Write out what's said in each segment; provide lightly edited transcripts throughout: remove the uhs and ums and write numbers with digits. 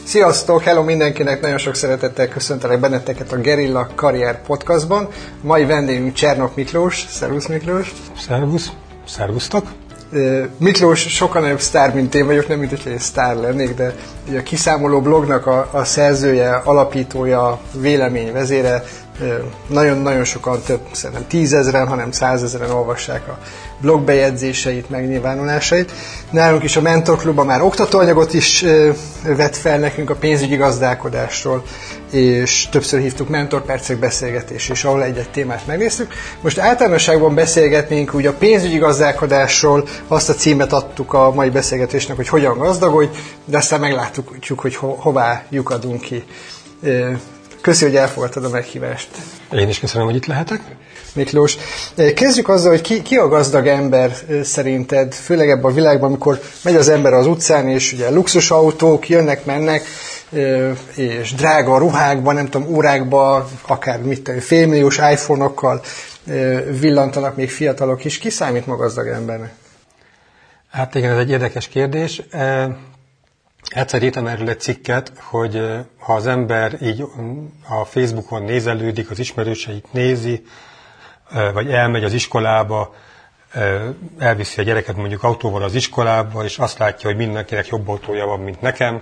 Sziasztok, hello mindenkinek, nagyon sok szeretettel köszöntelek benneteket a Gerilla Karrier Podcastban. Mai vendégünk Csernok Miklós. Szervusz Miklós! Szervusz! Szervusztok! Miklós sokkal nagyobb sztár, mint én vagyok, nem mint hogy egy sztár lennék, de ugye a Kiszámoló blognak a szerzője, alapítója, véleményvezére, nagyon-nagyon sokan, szerintem 10 000-en, hanem 100 000-en olvassák a blogbejegyzéseit, megnyilvánulásait. Nálunk is a Mentor Klubban már oktatóanyagot is vett fel nekünk a pénzügyi gazdálkodásról, és többször hívtuk mentorpercek beszélgetés, és ahol egy-egy témát megnéztük. Most általánosságban beszélgetnénk úgy a pénzügyi gazdálkodásról, azt a címet adtuk a mai beszélgetésnek, hogy hogyan gazdagodj, de aztán meglátjuk, hogy hová lyukadunk ki. Köszi, hogy elfogadtad a meghívást. Én is köszönöm, hogy itt lehetek. Miklós, kezdjük azzal, hogy ki a gazdag ember szerinted, főleg ebben a világban, amikor megy az ember az utcán, és ugye luxusautók jönnek-mennek, és drága ruhákban, nem tudom, órákban, akár félmilliós iPhone-okkal villantanak még fiatalok is. Ki számít ma gazdag embernek? Hát igen, ez egy érdekes kérdés. Egyszer írtam erről egy cikket, hogy ha az ember így a Facebookon nézelődik, az ismerőseit nézi, vagy elmegy az iskolába, elviszi a gyereket mondjuk autóval az iskolába, és azt látja, hogy mindenkinek jobb autója van, mint nekem.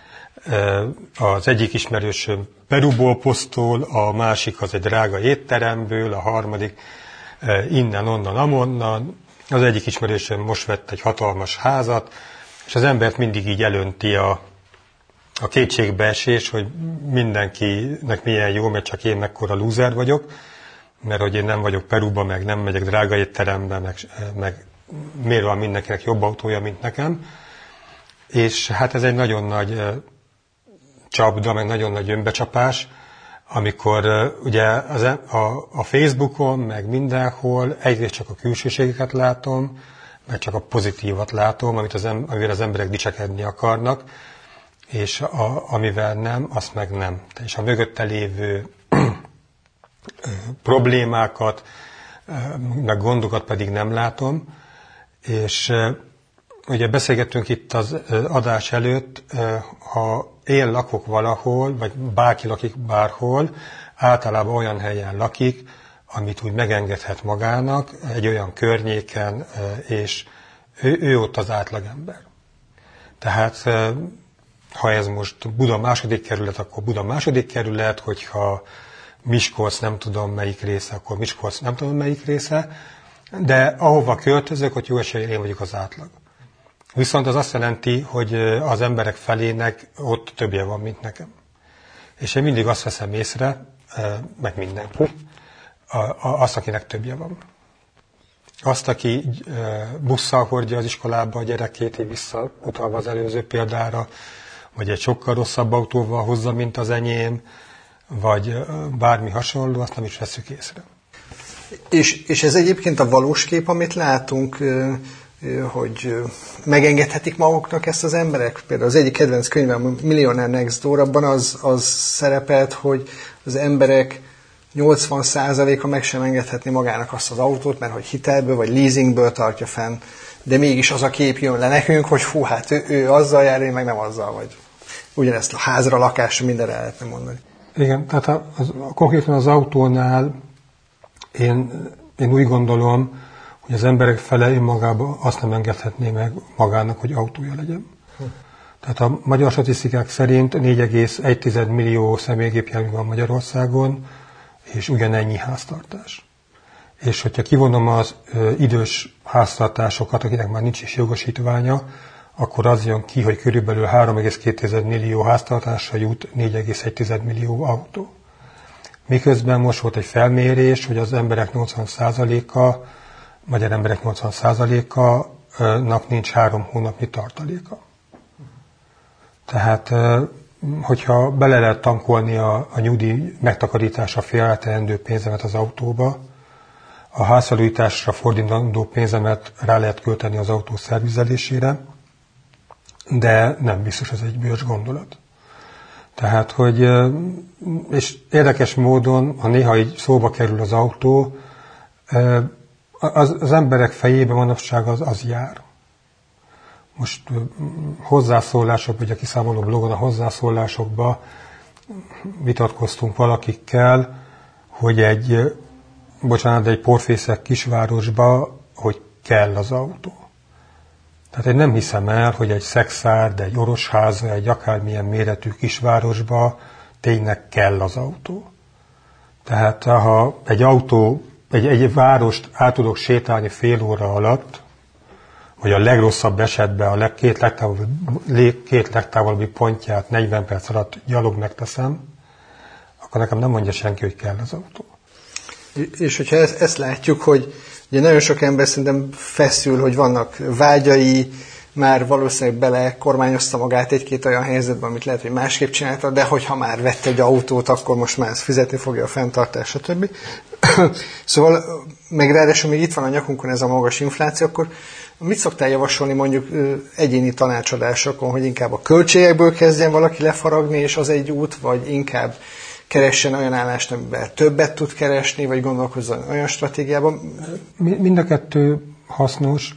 Az egyik ismerősöm Peruból posztol, a másik az egy drága étteremből, a harmadik innen, onnan, amonnan. Az egyik ismerősöm most vett egy hatalmas házat, és az embert mindig így elönti a kétségbeesés, hogy mindenkinek milyen jó, mert csak én mekkora lúzer vagyok, mert hogy én nem vagyok Peruba, meg nem megyek drága étterembe, meg miért van mindenkinek jobb autója, mint nekem. És hát ez egy nagyon nagy csapda, meg nagyon nagy önbecsapás, amikor ugye a Facebookon, meg mindenhol egyrészt csak a külsőségeket látom, meg csak a pozitívat látom, amivel az emberek dicsekedni akarnak, és amivel nem, azt meg nem. És a mögötte lévő problémákat, meg gondokat pedig nem látom. És ugye beszélgettünk itt az adás előtt, ha én lakok valahol, vagy bárki lakik bárhol, általában olyan helyen lakik, amit úgy megengedhet magának, egy olyan környéken, és ő ott az átlagember. Tehát ha ez most Buda második kerület, akkor Buda második kerület, hogyha Miskolc nem tudom melyik része, akkor Miskolc nem tudom melyik része, de ahova költözök, hogy jó eséllyel én vagyok az átlag. Viszont az azt jelenti, hogy az emberek felének ott többje van, mint nekem. És én mindig azt veszem észre, meg mindenki, azt, akinek többje van. Azt, aki busszal hordja az iskolába a gyerekét, így visszautalva az előző példára, vagy egy sokkal rosszabb autóval hozza, mint az enyém, vagy bármi hasonló, azt nem is veszük észre. És ez egyébként a valós kép, amit látunk, hogy megengedhetik maguknak ezt az emberek? Például az egyik kedvenc könyvem, Millionaire Next Door, abban az szerepelt, hogy az emberek 80%-a meg sem engedhetni magának azt az autót, mert hogy hitelből vagy leasingből tartja fenn, de mégis az a kép jön le nekünk, hogy fú, hát ő azzal jár, én meg nem azzal vagy. Ugyanezt a házra, lakásra, mindenre lehetne mondani. Igen, tehát konkrétan az autónál én úgy gondolom, hogy az emberek fele önmagában azt nem engedhetné meg magának, hogy autója legyen. Tehát a magyar statisztikák szerint 4,1 millió személygépjármű van Magyarországon, és ugyanennyi háztartás. És hogyha kivonom az idős háztartásokat, akinek már nincs is jogosítványa, akkor az jön ki, hogy körülbelül 3,2 millió háztartásra jut 4,1 millió autó. Miközben most volt egy felmérés, hogy az emberek 80%-a, magyar emberek 80%-a-nak nincs 3 hónapnyi tartaléka. Tehát, hogyha bele lehet tankolni a nyugdíj megtakarításra félreteendő pénzemet az autóba, a házfelújításra fordítandó pénzemet rá lehet költeni az autó szervizelésére, de nem biztos, ez egy bölcs gondolat. Tehát, hogy, és érdekes módon, ha néha így szóba kerül az autó, az emberek fejében manapság az jár. most hozzászólások, vagy a kiszámoló blogon a hozzászólásokban vitatkoztunk valakikkel, hogy egy porfészek kisvárosba, hogy kell az autó. Tehát én nem hiszem el, hogy egy Szexárd, egy Orosháza, egy akármilyen méretű kisvárosba tényleg kell az autó. Tehát ha egy várost át tudok sétálni fél óra alatt, vagy a legrosszabb esetben a két legtávolabbi pontját 40 perc alatt gyalog megteszem, akkor nekem nem mondja senki, hogy kell az autó. És hogyha ezt látjuk, hogy ugye nagyon sok ember szerintem feszül, hogy vannak vágyai, már valószínűleg bele kormányozta magát egy-két olyan helyzetben, amit lehet, hogy másképp csinálta, de hogyha már vett egy autót, akkor most már ezt fizetni fogja a fenntartás, stb. Szóval, meg ráadásul még itt van a nyakunkon ez a magas infláció, akkor mit szoktál javasolni mondjuk egyéni tanácsadásokon, hogy inkább a költségekből kezdjen valaki lefaragni, és az egy út, vagy inkább keressen olyan állást, amiben többet tud keresni, vagy gondolkozzon olyan stratégiában? Mind a kettő hasznos.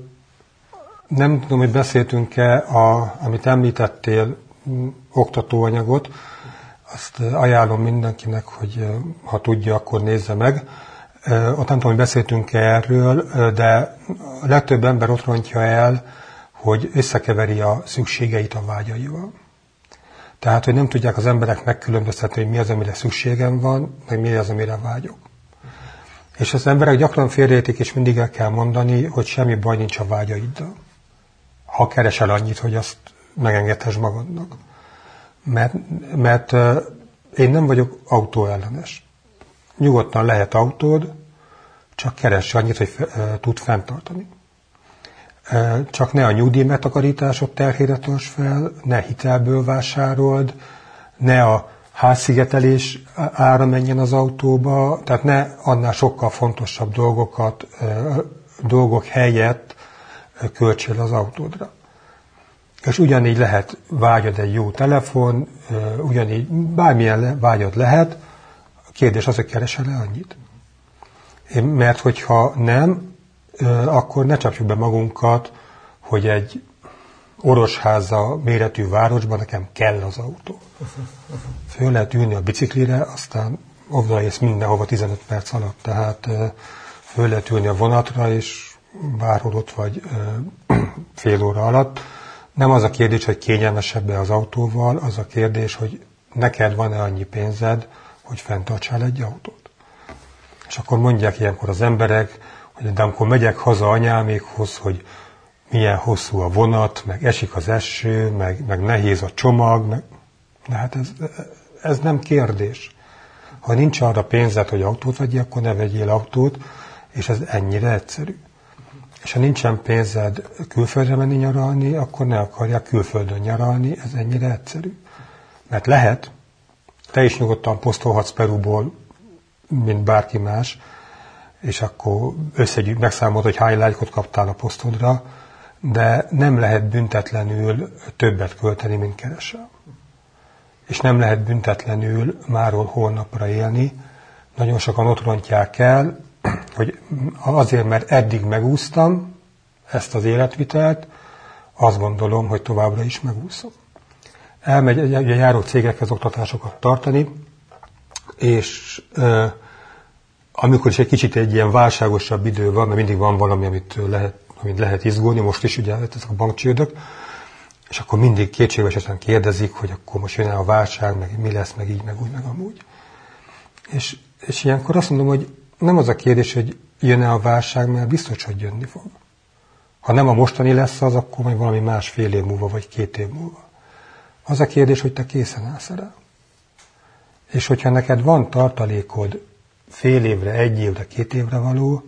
Nem tudom, hogy beszéltünk-e, amit említettél, oktatóanyagot. Azt ajánlom mindenkinek, hogy ha tudja, akkor nézze meg. Ott nem tudom, hogy beszéltünk-e erről, de a legtöbb ember ott rontja el, hogy összekeveri a szükségeit a vágyaival. Tehát, hogy nem tudják az emberek megkülönböztetni, hogy mi az, amire szükségem van, meg mi az, amire vágyok. És az emberek gyakran félreértik, és mindig el kell mondani, hogy semmi baj nincs a vágyaiddal. Ha keresel annyit, hogy azt megengedhess magadnak. Mert én nem vagyok autóellenes. Nyugodtan lehet autód, csak keress annyit, hogy tud fenntartani. Csak ne a nyugdíjmegtakarítások terhére tarts fel, ne hitelből vásárold, ne a házszigetelés ára menjen az autóba, tehát ne annál sokkal fontosabb dolgok helyett költsél az autódra. És ugyanígy lehet vágyad egy jó telefon, ugyanígy bármilyen vágyad lehet, a kérdés az, hogy keresel-e annyit. Mert hogyha nem, akkor ne csapjuk be magunkat, hogy egy Orosháza méretű városban nekem kell az autó. Föl lehet ülni a biciklire, aztán odaérsz mindenhova 15 perc alatt, tehát föl lehet ülni a vonatra, és bárhol ott vagy fél óra alatt. Nem az a kérdés, hogy kényelmesebb-e az autóval, az a kérdés, hogy neked van-e annyi pénzed, hogy fenntartsál egy autót. És akkor mondják ilyenkor az emberek, hogy de amikor megyek haza anyámékhoz, hogy milyen hosszú a vonat, meg esik az eső, meg nehéz a csomag, de hát ez nem kérdés. Ha nincs arra pénzed, hogy autót vegyél, akkor ne vegyél autót, és ez ennyire egyszerű. És ha nincsen pénzed külföldre menni nyaralni, akkor ne akarják külföldön nyaralni, ez ennyire egyszerű. Mert lehet, te is nyugodtan posztolhatsz Peruból, mint bárki más, és akkor megszámolod, hogy hány lájkot kaptál a posztodra, de nem lehet büntetlenül többet költeni, mint keresel. És nem lehet büntetlenül máról holnapra élni. Nagyon sokan ott rontják el, hogy azért, mert eddig megúsztam ezt az életvitelt, azt gondolom, hogy továbbra is megúszom. Ugye járok cégekhez oktatásokat tartani, és amikor is egy kicsit egy ilyen válságosabb idő van, mert mindig van valami, amit lehet izgulni, most is ugye ezek a bankcsődök, és akkor mindig kétségbeesetten kérdezik, hogy akkor most jön-e a válság, meg mi lesz, meg így, meg úgy, meg amúgy. És ilyenkor azt mondom, hogy nem az a kérdés, hogy jön-e a válság, mert biztos, hogy jönni fog. Ha nem a mostani lesz az, akkor majd valami másfél év múlva, vagy 2 év múlva. Az a kérdés, hogy te készen állsz rá. És hogyha neked van tartalékod fél évre, 1 évre, 2 évre való,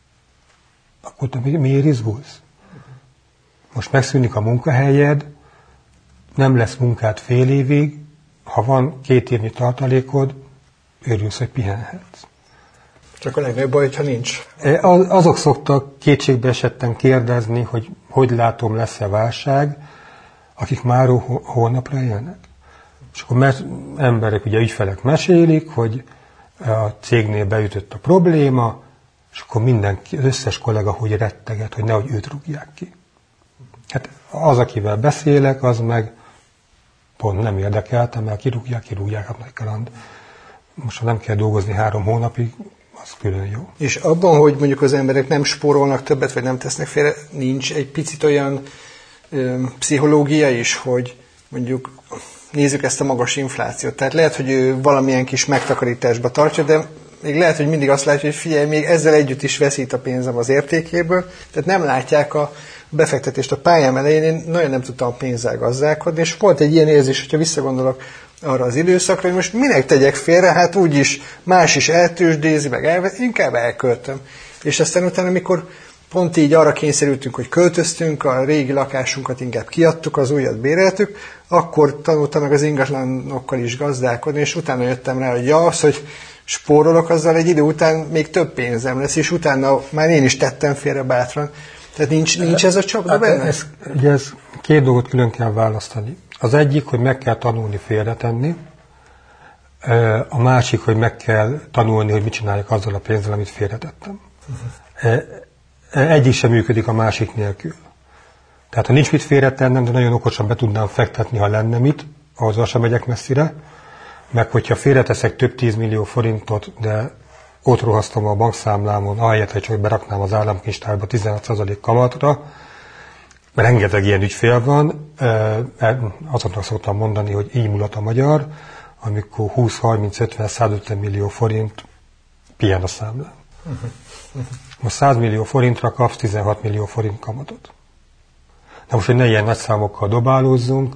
akkor te miért izgulsz? Most megszűnik a munkahelyed, nem lesz munkád fél évig, ha van 2 évnyi tartalékod, örülsz, hogy pihenhetsz. Csak a legnagyobb baj, hogyha nincs. Azok szoktak kétségbe esetten kérdezni, hogy látom, lesz-e válság, akik már holnapra élnek. És akkor emberek, ugye ügyfelek mesélik, hogy a cégnél beütött a probléma, és akkor mindenki, az összes kollega hogy retteget, hogy nehogy őt rúgják ki. Hát az, akivel beszélek, az meg pont nem érdekelte, mert kirúgják a nagy kaland. Most ha nem kell dolgozni 3 hónapig, az külön jó. És abban, hogy mondjuk az emberek nem spórolnak többet, vagy nem tesznek félre, nincs egy picit olyan pszichológia is, hogy mondjuk nézzük ezt a magas inflációt. Tehát lehet, hogy ő valamilyen kis megtakarításba tartja, de még lehet, hogy mindig azt látja, hogy figyelj, még ezzel együtt is veszít a pénzem az értékéből. Tehát nem látják a befektetést. A pályám elején én nagyon nem tudtam a pénzzel gazdálkodni, és volt egy ilyen érzés, hogyha visszagondolok arra az időszakra, hogy most minek tegyek félre, hát úgyis más is eltősdézi, meg inkább elköltöm. És aztán utána, amikor pont így arra kényszerültünk, hogy költöztünk, a régi lakásunkat inkább kiadtuk, az újat béreltük, akkor tanultam meg az ingatlanokkal is gazdálkodni, és utána jöttem rá, hogy az, hogy spórolok, azzal egy idő után még több pénzem lesz, és utána már én is tettem félre bátran. Tehát nincs ez a csapda benne? Ez 2 dolgot külön kell választani. Az egyik, hogy meg kell tanulni félretenni, a másik, hogy meg kell tanulni, hogy mit csináljak azzal a pénzzel, amit félretettem. Egyik sem működik a másik nélkül. Tehát ha nincs mit félretennem, de nagyon okosan be tudnám fektetni, ha lenne mit, azzal sem megyek messzire, meg hogyha félreteszek több 10 millió forintot, de ott rohasztom a bankszámlámon, ahelyett, hogy csak beraknám az államkincstárba 16% kamatra, mert rengeteg ilyen ügyfél van, azoknak szoktam mondani, hogy így mulat a magyar, amikor 20, 30, 50, 150 millió forint pihen a számlán. Most 100 millió forintra kapsz 16 millió forint kamatot. Na most, hogy ne ilyen nagy számokkal dobálózzunk,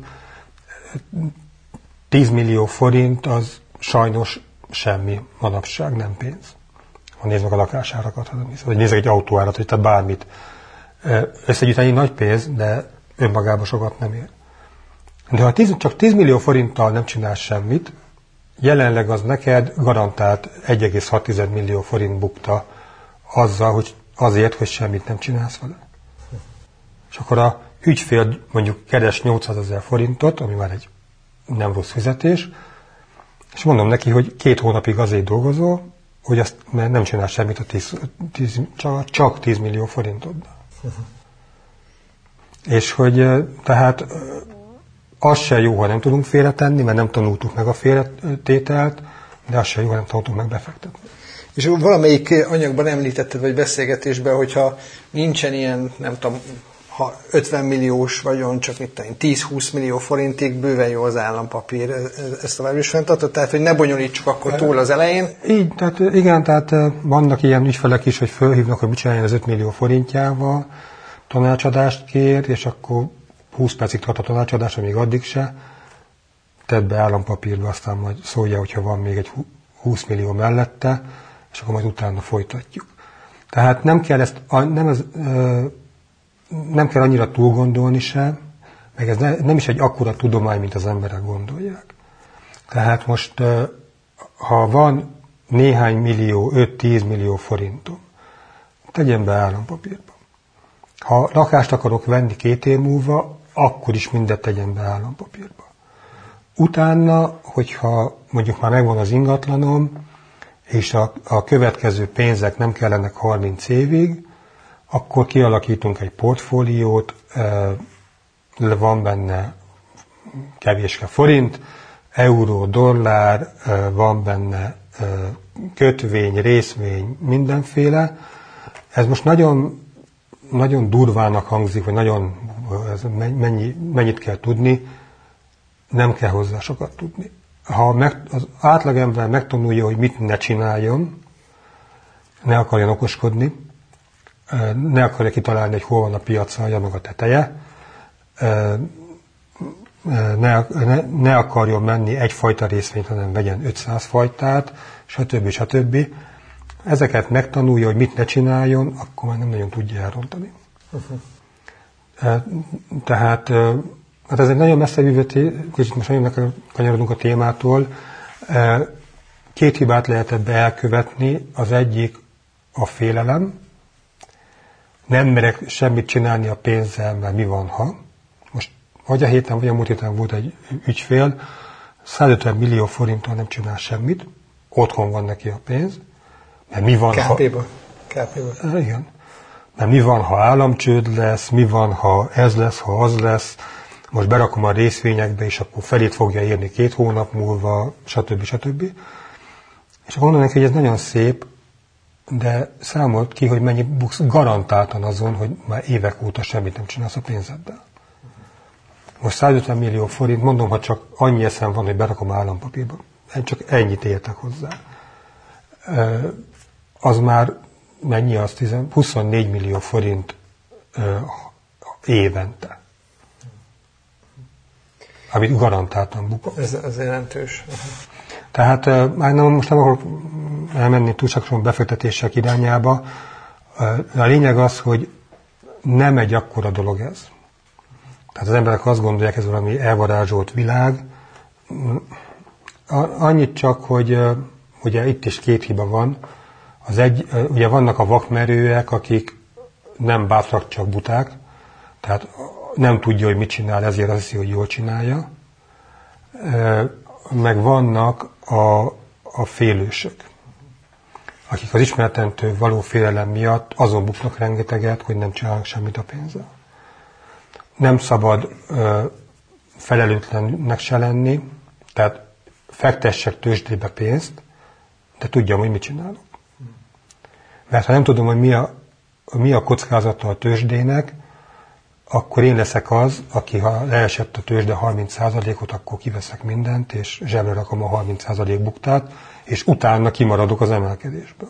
10 millió forint az sajnos semmi manapság, nem pénz. Ha nézd meg a lakásárakat, vagy nézd egy autóárat, vagy tehát bármit. Összegyűjteni nagy pénz, de önmagában sokat nem ér. De ha csak 10 millió forinttal nem csinálsz semmit, jelenleg az neked garantált 1,6 millió forint bukta azzal, hogy azért, hogy semmit nem csinálsz vele. És akkor a ügyfél mondjuk keres 800 000 forintot, ami már egy nem rossz fizetés, és mondom neki, hogy 2 hónapig azért dolgozol, hogy azt mert nem csinál semmit csak 10 millió forintoddal. És hogy tehát az se jó, ha nem tudunk félretenni, mert nem tanultuk meg a félretételt, de az se jó, ha nem tanultunk meg befektetni. És valamelyik anyagban említetted, vagy beszélgetésben, hogyha nincsen ilyen, nem tudom, ha 50 milliós vagyon, csak 10-20 millió forintig bőven jó az állampapír, ezt tovább is fenntartott, tehát hogy ne bonyolítsuk akkor túl az elején. Így, tehát igen, tehát vannak ilyen ügyfelek is, hogy fölhívnak, hogy mit csináljon az 5 millió forintjával, tanácsadást kér, és akkor 20 percig tart a tanácsadás, amíg addig se, tedd be állampapírba, aztán majd szólja, hogyha van még egy 20 millió mellette, és akkor majd utána folytatjuk. Tehát nem kell ezt, nem kell annyira túl gondolni sem, meg ez nem is egy akkora tudomány, mint az emberek gondolják. Tehát most, ha van néhány millió, 5-10 millió forintom, tegyen be állampapírba. Ha lakást akarok venni 2 év múlva, akkor is mindet tegyen be állampapírba. Utána, hogyha mondjuk már megvan az ingatlanom, és a következő pénzek nem kellenek 30 évig, akkor kialakítunk egy portfóliót, van benne kevéske forint, euró, dollár, van benne kötvény, részvény, mindenféle. Ez most nagyon, nagyon durvának hangzik, vagy nagyon mennyit kell tudni, nem kell hozzá sokat tudni. Ha az átlagember megtanulja, hogy mit ne csináljon, ne akarjon okoskodni, ne akarja kitalálni, hogy hol van a piac alja, meg a teteje, ne akarjon menni egyfajta részvényt, hanem vegyen 500 fajtát, stb. Ezeket megtanulja, hogy mit ne csináljon, akkor már nem nagyon tudja elrontani. Tehát hát ez egy nagyon messze vívő, kicsit most nagyon kanyarodunk a témától. 2 hibát lehet ebbe elkövetni. Az egyik a félelem. Nem merek semmit csinálni a pénzzel, mert mi van, ha. Most vagy a héten, vagy a múlt héten volt egy ügyfél, 150 millió forinttal nem csinál semmit, otthon van neki a pénz, mert mi van, KP-ba. Igen. Mert mi van, ha államcsőd lesz, mi van, ha ez lesz, ha az lesz, most berakom a részvényekbe, és akkor felét fogja érni 2 hónap múlva, stb. És mondom neki, hogy ez nagyon szép, de számolt ki, hogy mennyi buksz garantáltan azon, hogy már évek óta semmit nem csinálsz a pénzeddel. Most 150 millió forint, mondom, ha csak annyi eszem van, hogy berakom állampapírba. Csak ennyit értek hozzá. Az már mennyi az? 24 millió forint évente. Amit garantáltan bukok. Ez jelentős. Tehát most nem akarok elmenni túlságosan befektetések irányába. A lényeg az, hogy nem egy akkora dolog ez. Tehát az emberek azt gondolják, ez valami elvarázsolt világ. Annyit csak, hogy ugye itt is 2 hiba van. Ugye vannak a vakmerőek, akik nem bátrak, csak buták. Tehát nem tudja, hogy mit csinál, ezért azt hiszi, hogy jól csinálja. Meg vannak a félősök, akik az ismeretentől való félelem miatt azon buknak rengeteget, hogy nem csinálnak semmit a pénzzel. Nem szabad felelőtlennek se lenni, tehát fektessek tőzsdébe pénzt, de tudjam, hogy mit csinálok. Mert ha nem tudom, hogy mi a kockázata a tőzsdének, akkor én leszek az, aki ha leesett a tőzsde 30%-ot, akkor kiveszek mindent, és zsebre rakom a 30% buktát, és utána kimaradok az emelkedésből.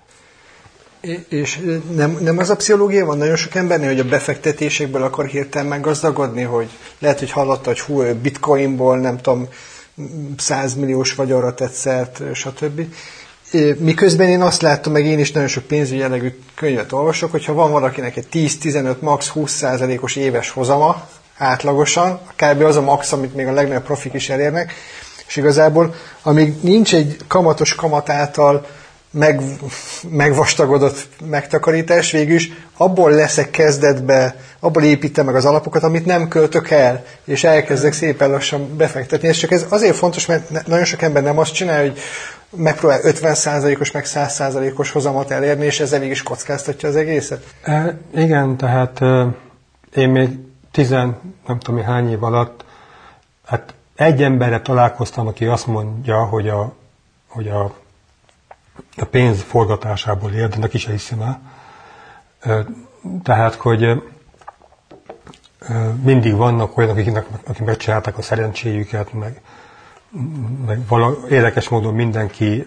És nem az a pszichológia van nagyon sok embernél, hogy a befektetésekből akar hirtelen meggazdagodni, hogy lehet, hogy hallotta, hogy bitcoinból, nem tudom, 100 milliós vagyonra tett szert, stb. Miközben én azt láttam, meg én is nagyon sok pénzügyi jellegű könyvet olvasok, hogyha van valakinek egy 10-15, max. 20%-os éves hozama átlagosan, kb. Az a max, amit még a legnagyobb profik is elérnek, és igazából, amíg nincs egy kamatos kamat által megvastagodott megtakarítás, végülis abból leszek kezdetbe, abból építem meg az alapokat, amit nem költök el, és elkezdek szépen lassan befektetni. És csak ez azért fontos, mert nagyon sok ember nem azt csinálja, hogy megpróbál 50%-os, meg 100%-os hozamot elérni, és ezzel mégis kockáztatja az egészet. Igen, tehát én még nem tudom hány év alatt, hát egy emberre találkoztam, aki azt mondja, hogy a pénz forgatásából él, de neki se hiszem el. Tehát, hogy mindig vannak olyanok, akik megcsinálták a szerencséjüket, meg érdekes módon mindenki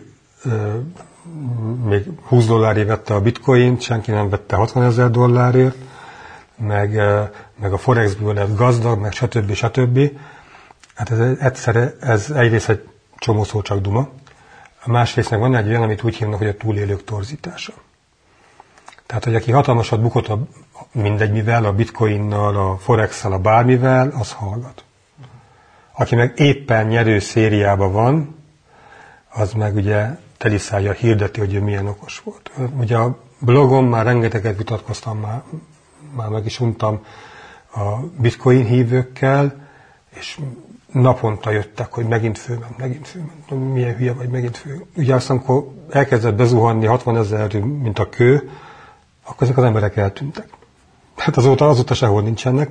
még $20 vette a bitcoint, senki nem vette $60,000, meg a Forexből lett gazdag, meg stb. Hát ez egyrészt egy csomó szó csak duma. A másrészt meg van egy olyan, amit úgy hívnak, hogy a túlélők torzítása. Tehát, hogy aki hatalmasat bukott mindegy mivel, a bitcoinnal, a Forex-szel, a bármivel, az hallgat. Aki meg éppen nyerő szériában van, az meg ugye teliszájjal hirdeti, hogy ő milyen okos volt. Ugye a blogon már rengeteget vitatkoztam, már meg is untam a bitcoin hívőkkel, és naponta jöttek, hogy megint fölment, milyen hülye vagy, megint fölment. Ugye aztán, amikor elkezdett bezuhanni 60,000, mint a kő, akkor ezek az emberek eltűntek. Hát azóta sehol nincsenek,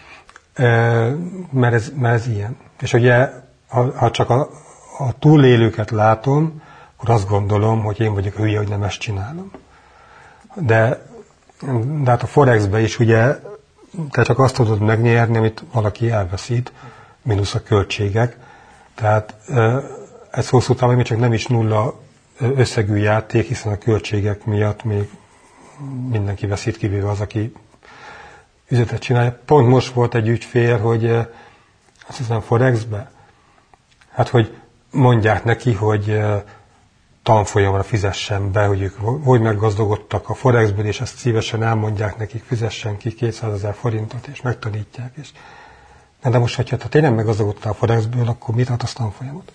mert ez ilyen. És ugye, ha csak a túlélőket látom, akkor azt gondolom, hogy én vagyok a hülye, hogy nem ezt csinálom. De hát a Forexben is ugye, te csak azt tudod megnyerni, amit valaki elveszít, mínusz a költségek. Tehát ez hosszú távon még csak nem is nulla összegű játék, hiszen a költségek miatt még mindenki veszít, kivéve az, aki üzletet csinálja. Pont most volt egy ügyfél, hogy azt hiszem Forexbe, hát hogy mondják neki, hogy tanfolyamra fizessen be, hogy ők hogy meggazdagodtak a Forexből, és ezt szívesen elmondják nekik, fizessen ki 200,000 forintot, és megtanítják. És de most, hogyha te tényleg meggazdagodtál a Forexből, akkor mit tartasz tanfolyamot?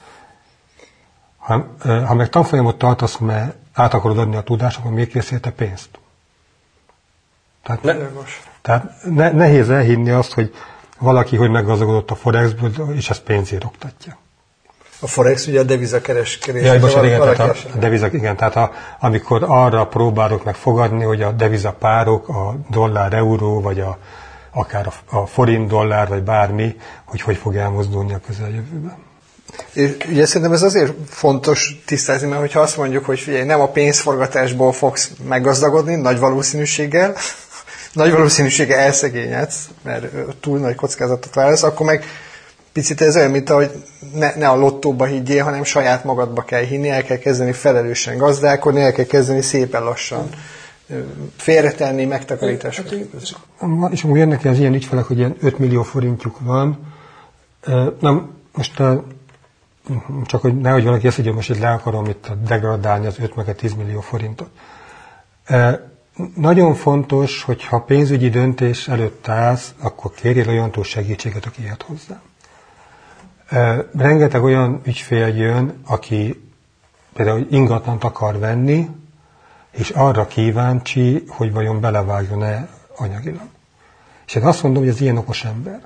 Ha meg tanfolyamot tartasz, mert át akarod adni a tudást, akkor miért kérsz érte pénzt? Tehát nehéz elhinni azt, hogy valaki, hogy meggazdagodott a Forexből, és ezt pénzért oktatja. A Forex ugye a devizakereskedés. Ja, tehát a devizak, igen, tehát amikor arra próbálok megfogadni, hogy a devizapárok, a dollár-euró, vagy akár a forint-dollár, vagy bármi, hogy fog elmozdulni a közeljövőben. És ugye szerintem ez azért fontos tisztázni, mert hogyha azt mondjuk, hogy figyelj, nem a pénzforgatásból fogsz meggazdagodni, nagy valószínűséggel elszegényedsz, mert túl nagy kockázatot válasz, akkor meg picit ez olyan, mint ahogy ne a lottóba higgyél, hanem saját magadba kell hinni, el kell kezdeni felelősen gazdálkodni, el kell kezdeni szépen lassan félretenni, megtakarításokat. És amúgy jönnek az ilyen ügyfelek, hogy ilyen 5 millió forintjuk van. Nem, most csak hogy nehogy valaki ezt, hogy most itt le akarom itt degradálni az 5 meg a 10 millió forintot. Nagyon fontos, hogyha pénzügyi döntés előtt állsz, akkor kérjél olyantól segítséget, aki ilyet hozzá. Rengeteg olyan ügyfél jön, aki például ingatlant akar venni, és arra kíváncsi, hogy vajon belevágjon-e anyagilag. És én azt mondom, hogy ez ilyen okos ember.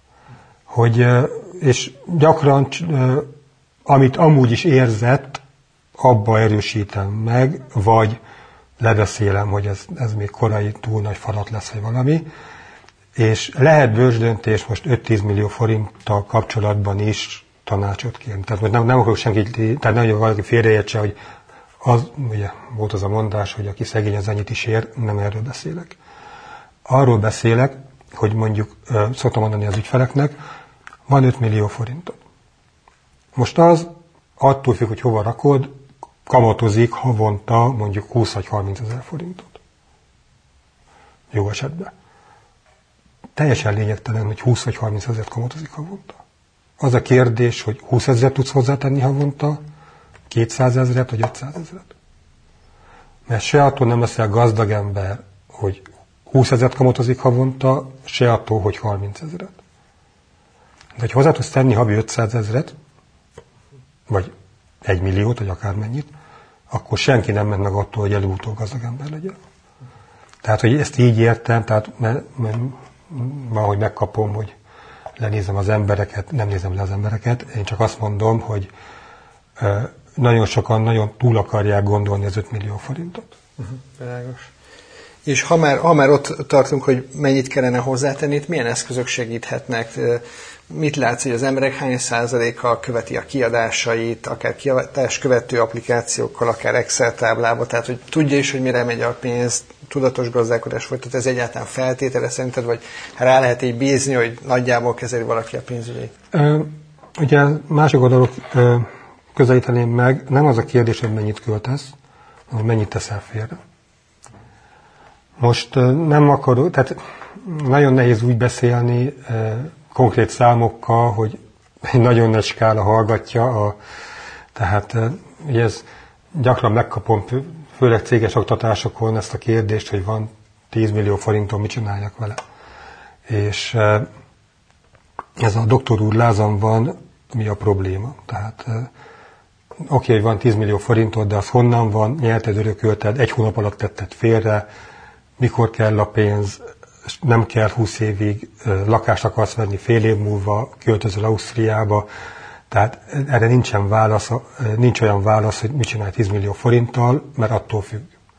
És gyakran, amit amúgy is érzett, abba erősítem meg, vagy lebeszélem, hogy ez még korai túl nagy falat lesz, vagy valami. És lehet bőrsdöntés most 5-10 millió forinttal kapcsolatban is tanácsot kérni. Tehát nem akarok senkit, tehát nem, hogy valaki félreértse, hogy az, ugye volt az a mondás, hogy aki szegény, az annyit is ér, nem erről beszélek. Arról beszélek, hogy mondjuk szoktam mondani az ügyfeleknek, van 5 millió forintod. Most az attól függ, hogy hova rakod, kamatozik havonta mondjuk 20 vagy 30 ezer forintot. Jó esetben. Teljesen lényegtelen, hogy 20 vagy 30 ezeret kamatozik havonta. Az a kérdés, hogy 20 ezeret tudsz hozzátenni havonta, 200 ezeret vagy 500 ezeret. Mert se attól nem leszel gazdag ember, hogy 20 ezeret kamatozik havonta, se attól, hogy 30 ezeret. De hogy hozzá tudsz tenni havi 500 ezeret, vagy 1 milliót, vagy akármennyit, akkor senki nem ment meg attól, hogy előbb-utóbb gazdag ember legyen. Tehát, hogy ezt így értem, tehát mert valahogy megkapom, hogy lenézem az embereket, nem nézem le az embereket, én csak azt mondom, hogy nagyon sokan nagyon túl akarják gondolni az 5 millió forintot. Világos. És ha már ott tartunk, hogy mennyit kellene hozzátenni, itt milyen eszközök segíthetnek? Mit látsz, hogy az emberek hány százaléka követi a kiadásait, akár kiadás követő applikációkkal, akár Excel táblába, tehát hogy tudja is, hogy mire megy a pénz, tudatos gazdálkodás folytat, ez egyáltalán feltétele szerinted, vagy rá lehet így bízni, hogy nagyjából kezeli valaki a pénzügyeit? Ugye másik oldalról közelíteném meg, nem az a kérdés, hogy mennyit költesz, hanem hogy mennyit teszel félre. Most nem akarok, tehát nagyon nehéz úgy beszélni konkrét számokkal, hogy egy nagyon nagy skála hallgatja, tehát ugye ez gyakran megkapom, főleg céges oktatásokon ezt a kérdést, hogy van 10 millió forinton, mit csináljak vele. És ez a doktor úr lázam van, mi a probléma. Tehát oké, hogy van 10 millió forintod, de az honnan van, nyerted, örökölted, 1 hónap alatt tetted félre, mikor kell a pénz, nem kell 20 évig, lakást akarsz venni fél év múlva, költözöl Ausztriába, tehát erre nincsen válasz, nincs olyan válasz, hogy mit csinálj 10 millió forinttal, mert attól függ,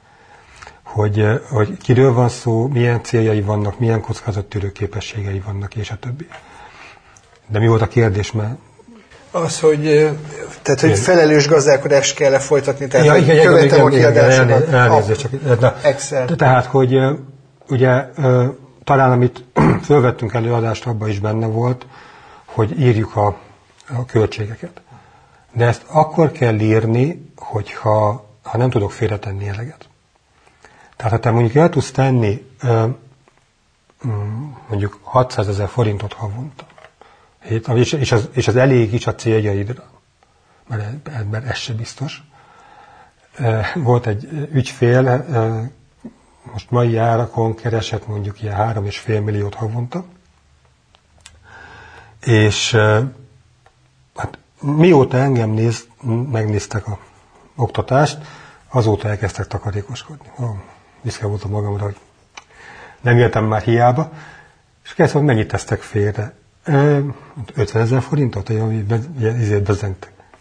hogy kiről van szó, milyen céljai vannak, milyen kockázattörő képességei vannak, és a többi. De mi volt a kérdés, mert... Az, hogy felelős gazdálkodást kell folytatni, tehát hogy követem a kiadásokat. Elnézést, csak Excel. Tehát, hogy ugye talán amit fölvettünk előadást, abban is benne volt, hogy írjuk a költségeket. De ezt akkor kell írni, hogyha nem tudok félretenni eleget. Tehát ha te mondjuk el tudsz tenni mondjuk 600 000 forintot havonta, és az elég is a céljaidra, mert ez se biztos. Volt egy ügyfél, most mai árakon keresett mondjuk ilyen 3,5 milliót havonta, és hát mióta engem megnéztek a oktatást, azóta elkezdtek takarékoskodni. Büszke voltam magamra, hogy nem éltem már hiába, és kezdtem, hogy mennyit tesztek félre. 50 000 forintot, ezért bezentek.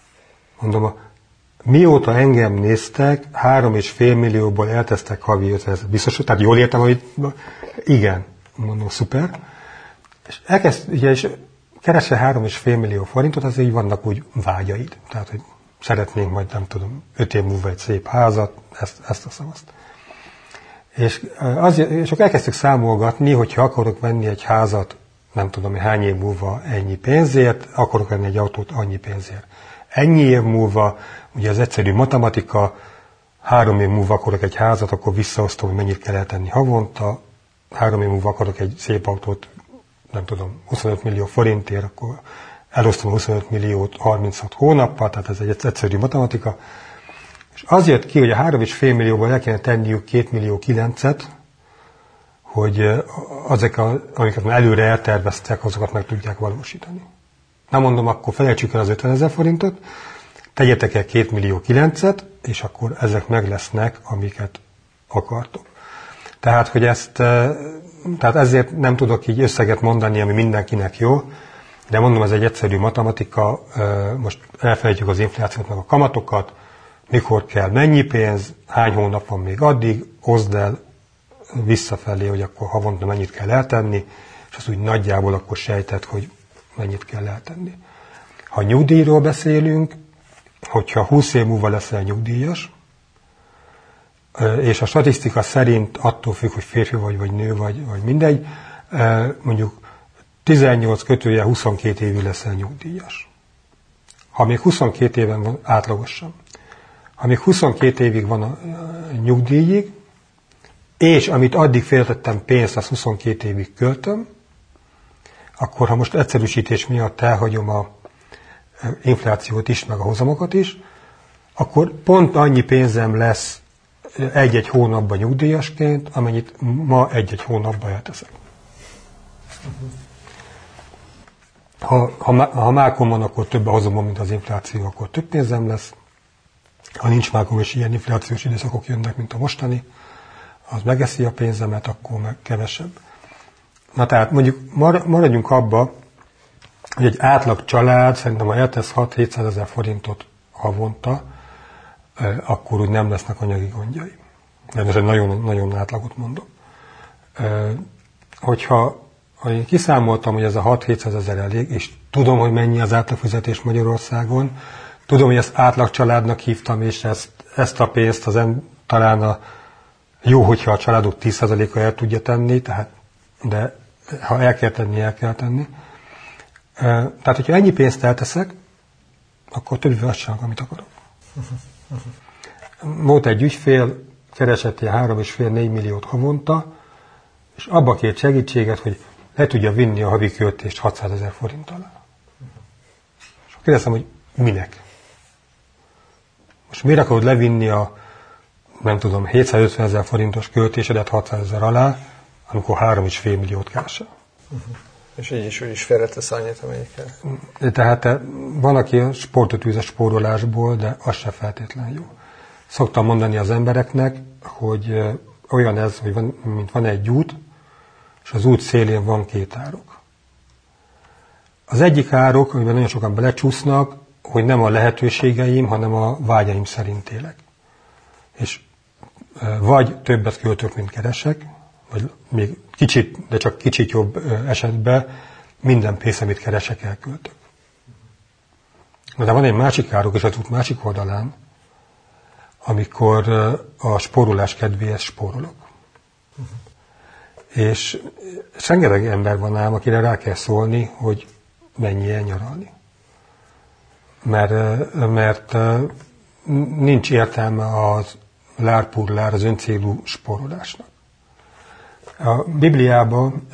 Mondom, mióta engem néztek, 3,5 millióból eltesztek havi 5000. Biztos, tehát jól értem, hogy igen, mondom, szuper. És elkezd, ugye, és keresel 3,5 millió forintot, azért így vannak úgy vágyaid. Tehát, hogy szeretnénk majd, nem tudom, 5 év múlva egy szép házat, ezt a szavazt. És akkor elkezdtük számolgatni, hogyha akarok venni egy házat, nem tudom, hány év múlva ennyi pénzért, akarok venni egy autót annyi pénzért. Ennyi év múlva, ugye az egyszerű matematika, 3 év múlva akarok egy házat, akkor visszaosztom, hogy mennyit kell eltenni havonta, 3 év múlva akarok egy szép autót, nem tudom, 25 millió forintért, akkor elosztom 25 milliót 36 hónappal, tehát ez egy egyszerű matematika. És az jött ki, hogy a 3,5 millióból el kéne tenniük 2 millió 9-et, hogy azok, amiket már előre elterveztek, azokat meg tudják valósítani. Na mondom, akkor felejtsük el az 50 000 forintot, tegyetek el 2 millió 9-et, és akkor ezek meg lesznek, amiket akartok. Tehát, hogy tehát ezért nem tudok így összeget mondani, ami mindenkinek jó, de mondom, ez egy egyszerű matematika, most elfelejtjük az inflációt, meg a kamatokat, mikor kell mennyi pénz, hány hónap van még addig, oszd el visszafelé, hogy akkor havonta mennyit kell eltenni, és azt úgy nagyjából akkor sejted, hogy mennyit kell eltenni. Ha nyugdíjról beszélünk, hogyha 20 év múlva leszel nyugdíjas, és a statisztika szerint attól függ, hogy férfi vagy nő vagy mindegy, mondjuk 18-22 évig leszel nyugdíjas. Ha még 22 éven van átlagosan, ha még 22 évig van a nyugdíjig, és amit addig féltettem pénzt, azt 22 évig költöm, akkor ha most egyszerűsítés miatt elhagyom a inflációt is, meg a hozamokat is, akkor pont annyi pénzem lesz egy-egy hónapban nyugdíjasként, amennyit ma egy-egy hónapban elteszek. Ha mákon van, akkor több a hozamom, mint az infláció, akkor több pénzem lesz. Ha nincs mákon, és ilyen inflációs időszakok jönnek, mint a mostani, az megeszi a pénzemet, akkor meg kevesebb. Na tehát mondjuk maradjunk abba, hogy egy átlag család szerintem, ha eltesz 6-700 000 forintot havonta, akkor úgy nem lesznek anyagi gondjai. De ez egy nagyon, nagyon átlagot mondom. Hogyha én kiszámoltam, hogy ez a 6-700 000 elég, és tudom, hogy mennyi az átlagfizetés Magyarországon, tudom, hogy ezt átlag családnak hívtam, és ezt a pénzt talán jó, hogyha a családok 10%-a el tudja tenni, de ha el kell tenni, el kell tenni. Tehát, hogyha ennyi pénzt elteszek, akkor többé azt csinálok, amit akarok. Volt egy ügyfél, keresett 3,5-4 milliót havonta, és abba kért segítséget, hogy le tudja vinni a havi költést 600 000 forint alá. És akkor kérdeztem, hogy minek? Most miért akarod levinni a, nem tudom, 750 000 forintos költésedet 600 000 alá, amikor 3,5 milliót keresel? És így is félretesz annyit, amennyit kell. Tehát van, aki a sportot űz a spórolásból, de az se feltétlen jó. Szoktam mondani az embereknek, hogy olyan ez, hogy mint van egy út, és az út szélén van 2 árok. Az egyik árok, amiben nagyon sokan belecsúsznak, hogy nem a lehetőségeim, hanem a vágyaim szerint élek. És vagy többet költök, mint keresek, vagy még kicsit, de csak kicsit jobb esetben minden pénzt, amit keresek, elköltök. De van egy másik árok, és az út másik oldalán, amikor a spórolás kedvéhez spórolok. És rengeteg ember van ám, akire rá kell szólni, hogy menjél nyaralni. Mert nincs értelme az lárpurlár, az öncélú spórolásnak. A Bibliában,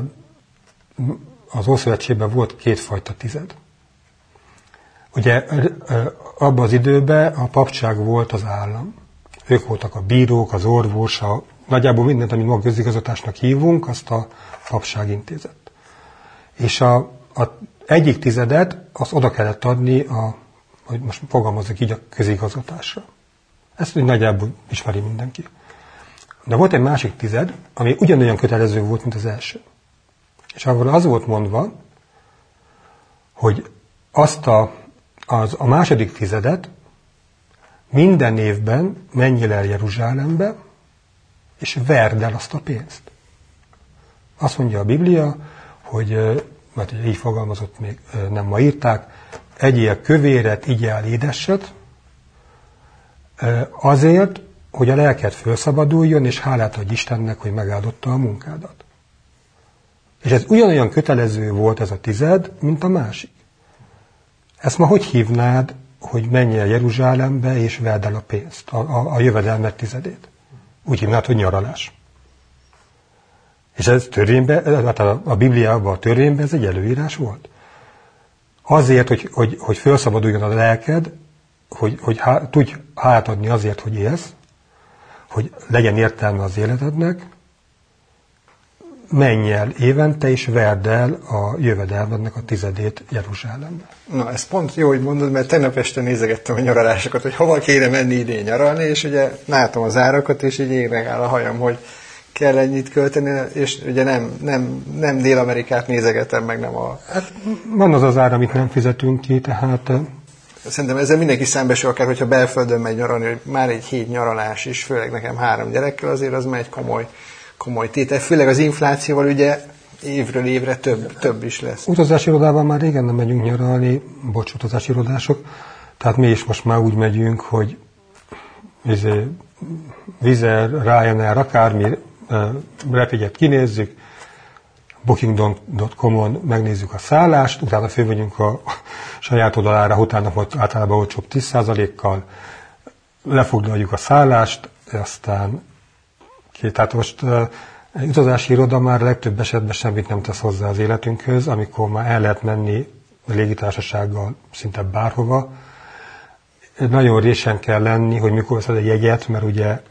az Ószövetségben volt 2 fajta tized. Ugye abban az időben a papság volt az állam. Ők voltak a bírók, az orvos, nagyjából mindent, amit ma közigazgatásnak hívunk, azt a papság intézett. És a egyik tizedet azt oda kellett adni, hogy most fogalmazzak így, a közigazgatásra. Ezt úgy nagyjából ismeri mindenki. De volt egy másik tized, ami ugyanolyan kötelező volt, mint az első. És akkor az volt mondva, hogy azt a második tizedet minden évben menjél el Jeruzsálembe, és verd el azt a pénzt. Azt mondja a Biblia, hogy, mert így fogalmazott, még nem ma írták, egyél kövéret, igyál édeset, azért, hogy a lelked felszabaduljon, és hálát adj Istennek, hogy megáldotta a munkádat. És ez ugyanolyan kötelező volt ez a tized, mint a másik. Ezt ma hogy hívnád, hogy menj el Jeruzsálembe, és vedd el a pénzt, a jövedelmet tizedét? Úgy hívnád, hogy nyaralás. És ez törvényben, hát a Bibliában, a törvényben ez egy előírás volt. Azért, hogy felszabaduljon a lelked, hogy tudj hálát adni azért, hogy élsz, hogy legyen értelme az életednek, menj el évente, és verd el a jövedelmednek a tizedét Jeruzsálembe. Na, ez pont jó, hogy mondod, mert tegnap este nézegettem a nyaralásokat, hogy hova kéne menni idén nyaralni, és ugye látom az árakat, és így ég megáll a hajam, hogy kell ennyit költeni, és ugye nem Dél-Amerikát nézegetem, meg nem a... Hát van az ár, amit nem fizetünk ki, tehát... Szerintem ezzel mindenki szembesül, akár hogyha belföldön megy nyaralni, hogy már egy 7 nyaralás is, főleg nekem 3 gyerekkel, azért az már egy komoly tétel. Főleg az inflációval ugye évről évre több is lesz. Utazási irodában már régen nem megyünk nyaralni, utazási irodások, tehát mi is most már úgy megyünk, hogy Vizer, Ryanair, akármi repjegyet kinézzük, Booking.com-on megnézzük a szállást, utána fölmegyünk a saját oldalára, utána általában olcsóbb 10%-kal, lefoglaljuk a szállást, aztán tehát most egy utazási iroda már legtöbb esetben semmit nem tesz hozzá az életünkhöz, amikor már el lehet menni a légitársasággal szinte bárhova. Nagyon résen kell lenni, hogy mikor veszed egy jegyet, mert ugye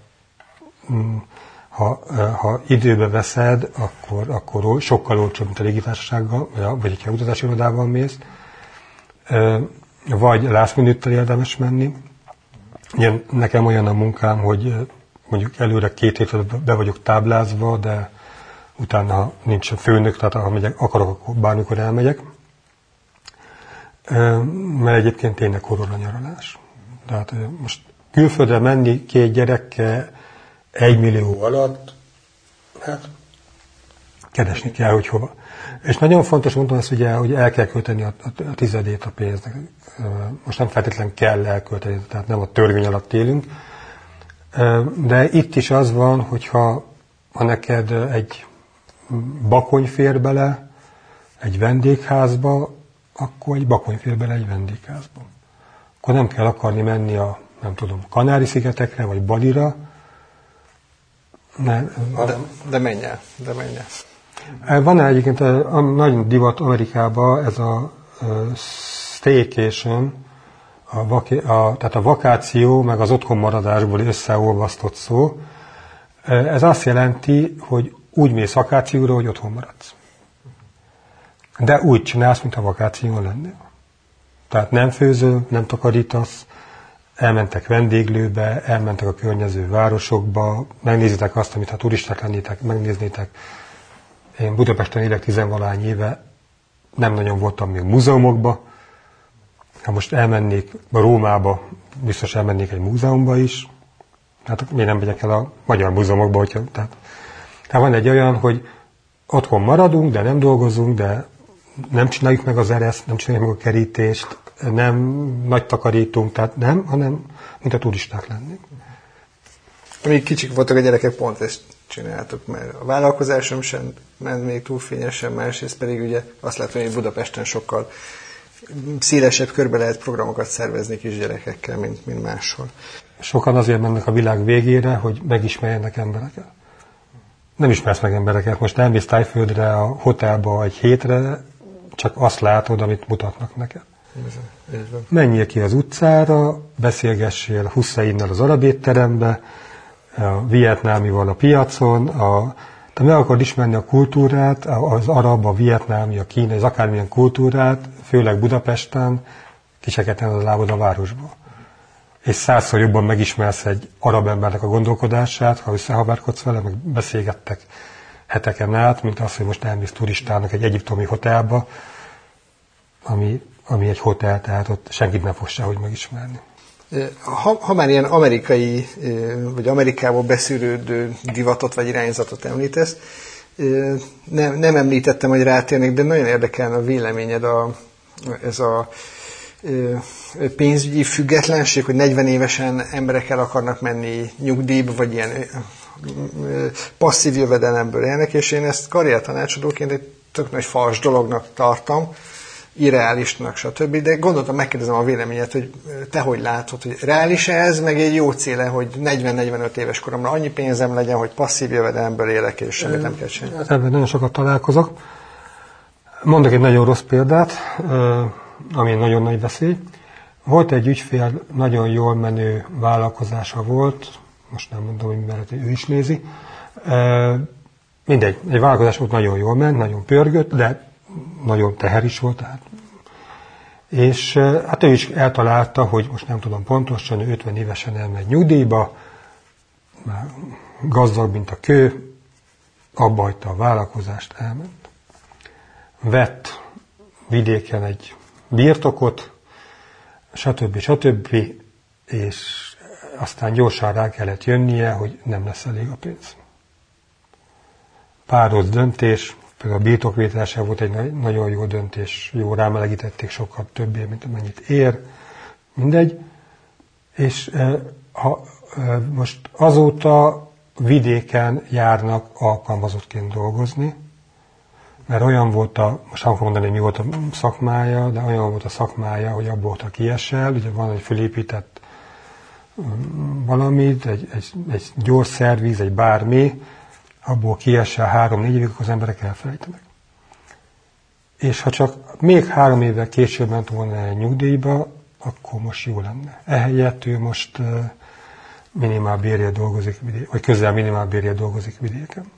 ha időbe veszed, akkor sokkal olcsóbb, mint a légitársasággal, vagy ha utazási irodával mész, vagy last minute-tel érdemes menni. Ugye nekem olyan a munkám, hogy mondjuk előre 2 hétre be vagyok táblázva, de utána nincs főnök, tehát ha megyek, akarok, akkor bármikor elmegyek. Mert egyébként tényleg horror a nyaralás. Tehát most külföldre menni 2 gyerekkel 1 millió alatt, hát keresni kell, hogy hova. És nagyon fontos, mondom ezt ugye, hogy el kell költeni a tizedét a pénznek. Most nem feltétlenül kell elkölteni, tehát nem a törvény alatt élünk. De itt is az van, hogyha neked egy bakony fér bele egy vendégházba, akkor egy bakony fér bele egy vendégházba. Akkor nem kell akarni menni a, nem tudom, Kanári-szigetekre, vagy Balira. De menj el. Van egyébként nagyon divat Amerikában ez a staycation, tehát a vakáció, meg az otthonmaradásból összeolvasztott szó. Ez azt jelenti, hogy úgy mész vakációra, hogy otthon maradsz. De úgy csinálsz, mint a vakáción lennél. Tehát nem főzöl, nem takarítasz, elmentek vendéglőbe, elmentek a környező városokba, megnézitek azt, amit ha turisták lennétek, megnéznétek. Én Budapesten élek 10-valahány éve, nem nagyon voltam még múzeumokba. Ha most elmennék Rómába, biztos elmennék egy múzeumba is. Hát miért nem megyek el a magyar múzeumokba, hogyha... Tehát van egy olyan, hogy otthon maradunk, de nem dolgozunk, de nem csináljuk meg az ereszt, nem csináljuk meg a kerítést, nem nagy takarítunk, tehát nem, hanem mint a turisták lennénk. Amíg kicsik voltak a gyerekek, pont ezt csináltuk, mert a vállalkozásom sem ment még túl fényesen, másrészt pedig ugye azt látom, hogy Budapesten sokkal szélesebb körbe lehet programokat szervezni kisgyerekekkel, mint máshol. Sokan azért mennek a világ végére, hogy megismerjenek embereket. Nem ismersz meg embereket. Most elmész Tájföldre, a hotelba egy hétre, csak azt látod, amit mutatnak neked. Menjél ki az utcára, beszélgessél Husszainnal az arab étterembe, a vietnámival a piacon, te meg akarod ismerni a kultúrát, az arab, a vietnámi, a kínai, az akármilyen kultúrát, főleg Budapesten, kiseketen a lábod a városba. És 100-szor jobban megismersz egy arab embernek a gondolkodását, ha összehavárkodsz vele, meg beszélgettek heteken át, mint az, hogy most elmész turistának egy egyiptomi hotelba, ami egy hotel, tehát ott senkit nem fog sehogy megismerni. Ha már ilyen amerikai, vagy Amerikából beszűrődő divatot vagy irányzatot említesz, nem említettem, hogy rátérnék, de nagyon érdekelne a véleményed ez a pénzügyi függetlenség, hogy 40 évesen emberek el akarnak menni nyugdíjba, vagy ilyen passzív jövedelemből élnek, és én ezt karriertanácsadóként egy tök nagy fals dolognak tartom, irreálisnak, stb. De gondoltam, megkérdezem a véleményet, hogy te hogy látod, hogy reális ez, meg egy jó céle, hogy 40-45 éves koromra annyi pénzem legyen, hogy passzív jövedelemből élek, és semmit nem kell csinálni. Hát ebben nagyon sokat találkozok. Mondok egy nagyon rossz példát, ami nagyon nagy veszély. Volt egy ügyfél, nagyon jól menő vállalkozása volt, most nem mondom, hogy mert ő is nézi. Mindegy, egy vállalkozás volt, nagyon jól ment, nagyon pörgött, de nagyon teher is volt. Tehát. És hát ő is eltalálta, hogy most nem tudom pontosan, 50 évesen elmegy nyugdíjba, már gazdag, mint a kő, abba hagyta a vállalkozást, elment. Vett vidéken egy birtokot, stb. És aztán gyorsan rá kellett jönnie, hogy nem lesz elég a pénz. Pár rossz döntés, például a birtokvételése volt egy nagyon jó döntés, jó rámelegítették sokkal többé, mint amennyit ér, mindegy. És most azóta vidéken járnak alkalmazottként dolgozni, mert olyan volt most nem mondani, hogy mi volt a szakmája, de olyan volt a szakmája, hogy abból ha kiesel, ugye van egy fölépített valamit, egy gyors szerviz, egy bármi, abból kiesel 3-4 évig, akkor az emberek elfelejtenek. És ha csak még 3 évvel később ment volna egy nyugdíjba, akkor most jó lenne. Ehelyett ő most minimálbérért dolgozik, vagy közel minimálbérért dolgozik vidéken.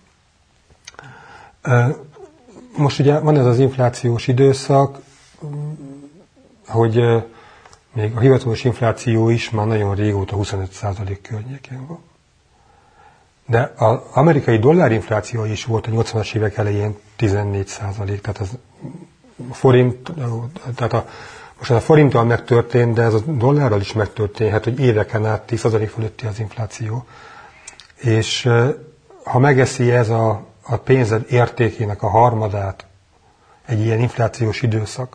Most ugye van ez az inflációs időszak, hogy még a hivatalos infláció is már nagyon régóta 25% környékén van. De az amerikai dollárinfláció is volt a 80-as évek elején 14%, tehát az forint, tehát most a forinttal megtörtént, de ez a dollárral is megtörténhet, hogy éveken át 10% fölötti az infláció. És ha megeszi ez a pénzed értékének a harmadát egy ilyen inflációs időszak,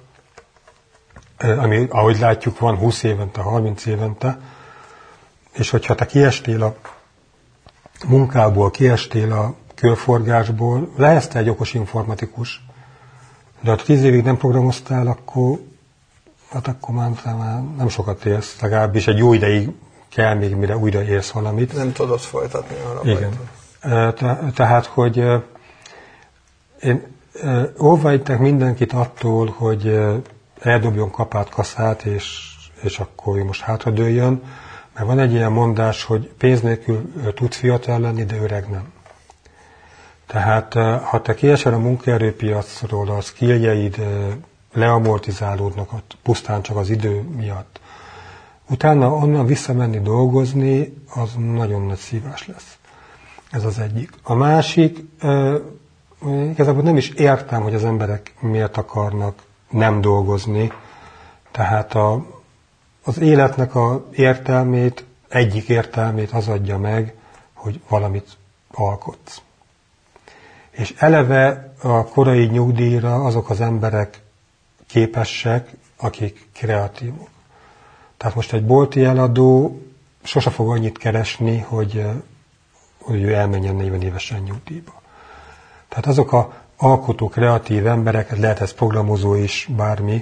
ami, ahogy látjuk, van 20 évente, 30 évente, és hogyha te kiestél a munkából, kiestél a körforgásból, lehetsz te egy okos informatikus, de ha 10 évig nem programoztál, akkor már nem sokat élsz, legalábbis egy jó ideig kell még, mire újra érsz valamit. Nem tudod folytatni arra. Igen. Tehát, hogy én óvajtek mindenkit attól, hogy eldobjon kapát, kaszát, és akkor ő most hátradőljön, mert van egy ilyen mondás, hogy pénz nélkül tudsz fiatal lenni, de öreg nem. Tehát, ha te kiesel a munkaerőpiacról, a skilljeid leamortizálódnak pusztán csak az idő miatt, utána onnan visszamenni dolgozni, az nagyon nagy szívás lesz. Ez az egyik. A másik, igazából nem is értem, hogy az emberek miért akarnak nem dolgozni. Tehát az életnek az értelmét, egyik értelmét az adja meg, hogy valamit alkotsz. És eleve a korai nyugdíjra azok az emberek képesek, akik kreatívok. Tehát most egy bolti eladó sose fog annyit keresni, hogy ő elmenjen 40 évesen nyugdíjba. Tehát azok az alkotó, kreatív emberek, lehet ez programozó is, bármi,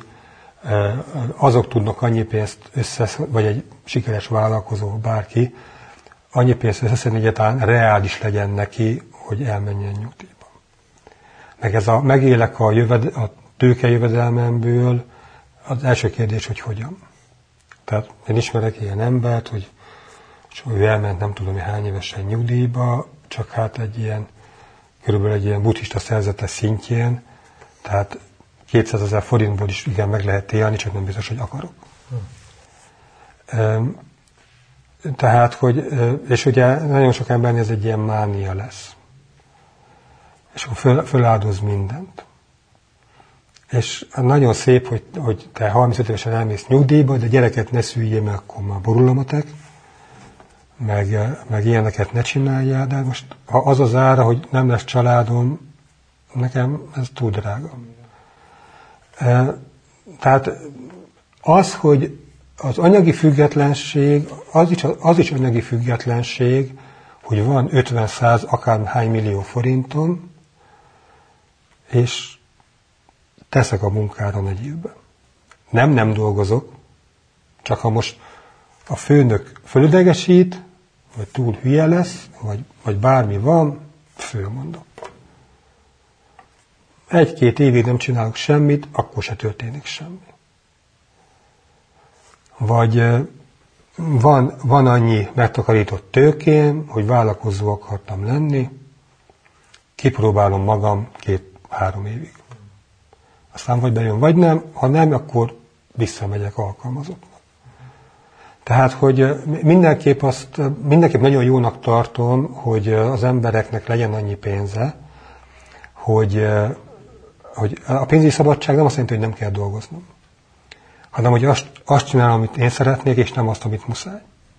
azok tudnak annyi pénzt vagy egy sikeres vállalkozó, bárki, annyi pénzt összeszedni, hogy egyáltalán reális legyen neki, hogy elmenjen nyugdíjba. Meg ez megélek a tőkejövedelmemből, az első kérdés, hogy hogyan. Tehát én ismerek ilyen embert, hogy ő elment nem tudom hány évesen nyugdíjba, csak hát körülbelül egy ilyen buddhista szerzetes szintjén, tehát 200 000 forintból is igen meg lehet élni, csak nem biztos, hogy akarok. Tehát, és ugye nagyon sok embernél ez egy ilyen mánia lesz. És akkor föláldoz mindent. És nagyon szép, hogy te 35 évesen elmész nyugdíjba, de gyereket ne szüljél, mert akkor már borul a matek, meg ilyeneket ne csináljál, de most ha az az ára, hogy nem lesz családom, nekem ez túl drága. Tehát az, hogy az anyagi függetlenség, az is anyagi függetlenség, hogy van 50-100 akárhány millió forintom, és teszek a munkára 4 évben. Nem dolgozok, csak ha most a főnök fölidegesít, vagy túl hülye lesz, vagy bármi van, fölmondom. 1-2 évig nem csinálok semmit, akkor se történik semmi. Vagy van annyi megtakarított tőkém, hogy vállalkozó akartam lenni, kipróbálom magam 2-3 évig. Aztán vagy bejön, vagy nem, ha nem, akkor visszamegyek alkalmazottnak. Tehát, hogy mindenképp nagyon jónak tartom, hogy az embereknek legyen annyi pénze, hogy a pénzügyi szabadság nem azt jelenti, hogy nem kell dolgoznom, hanem hogy azt csinálom, amit én szeretnék, és nem azt, amit muszáj.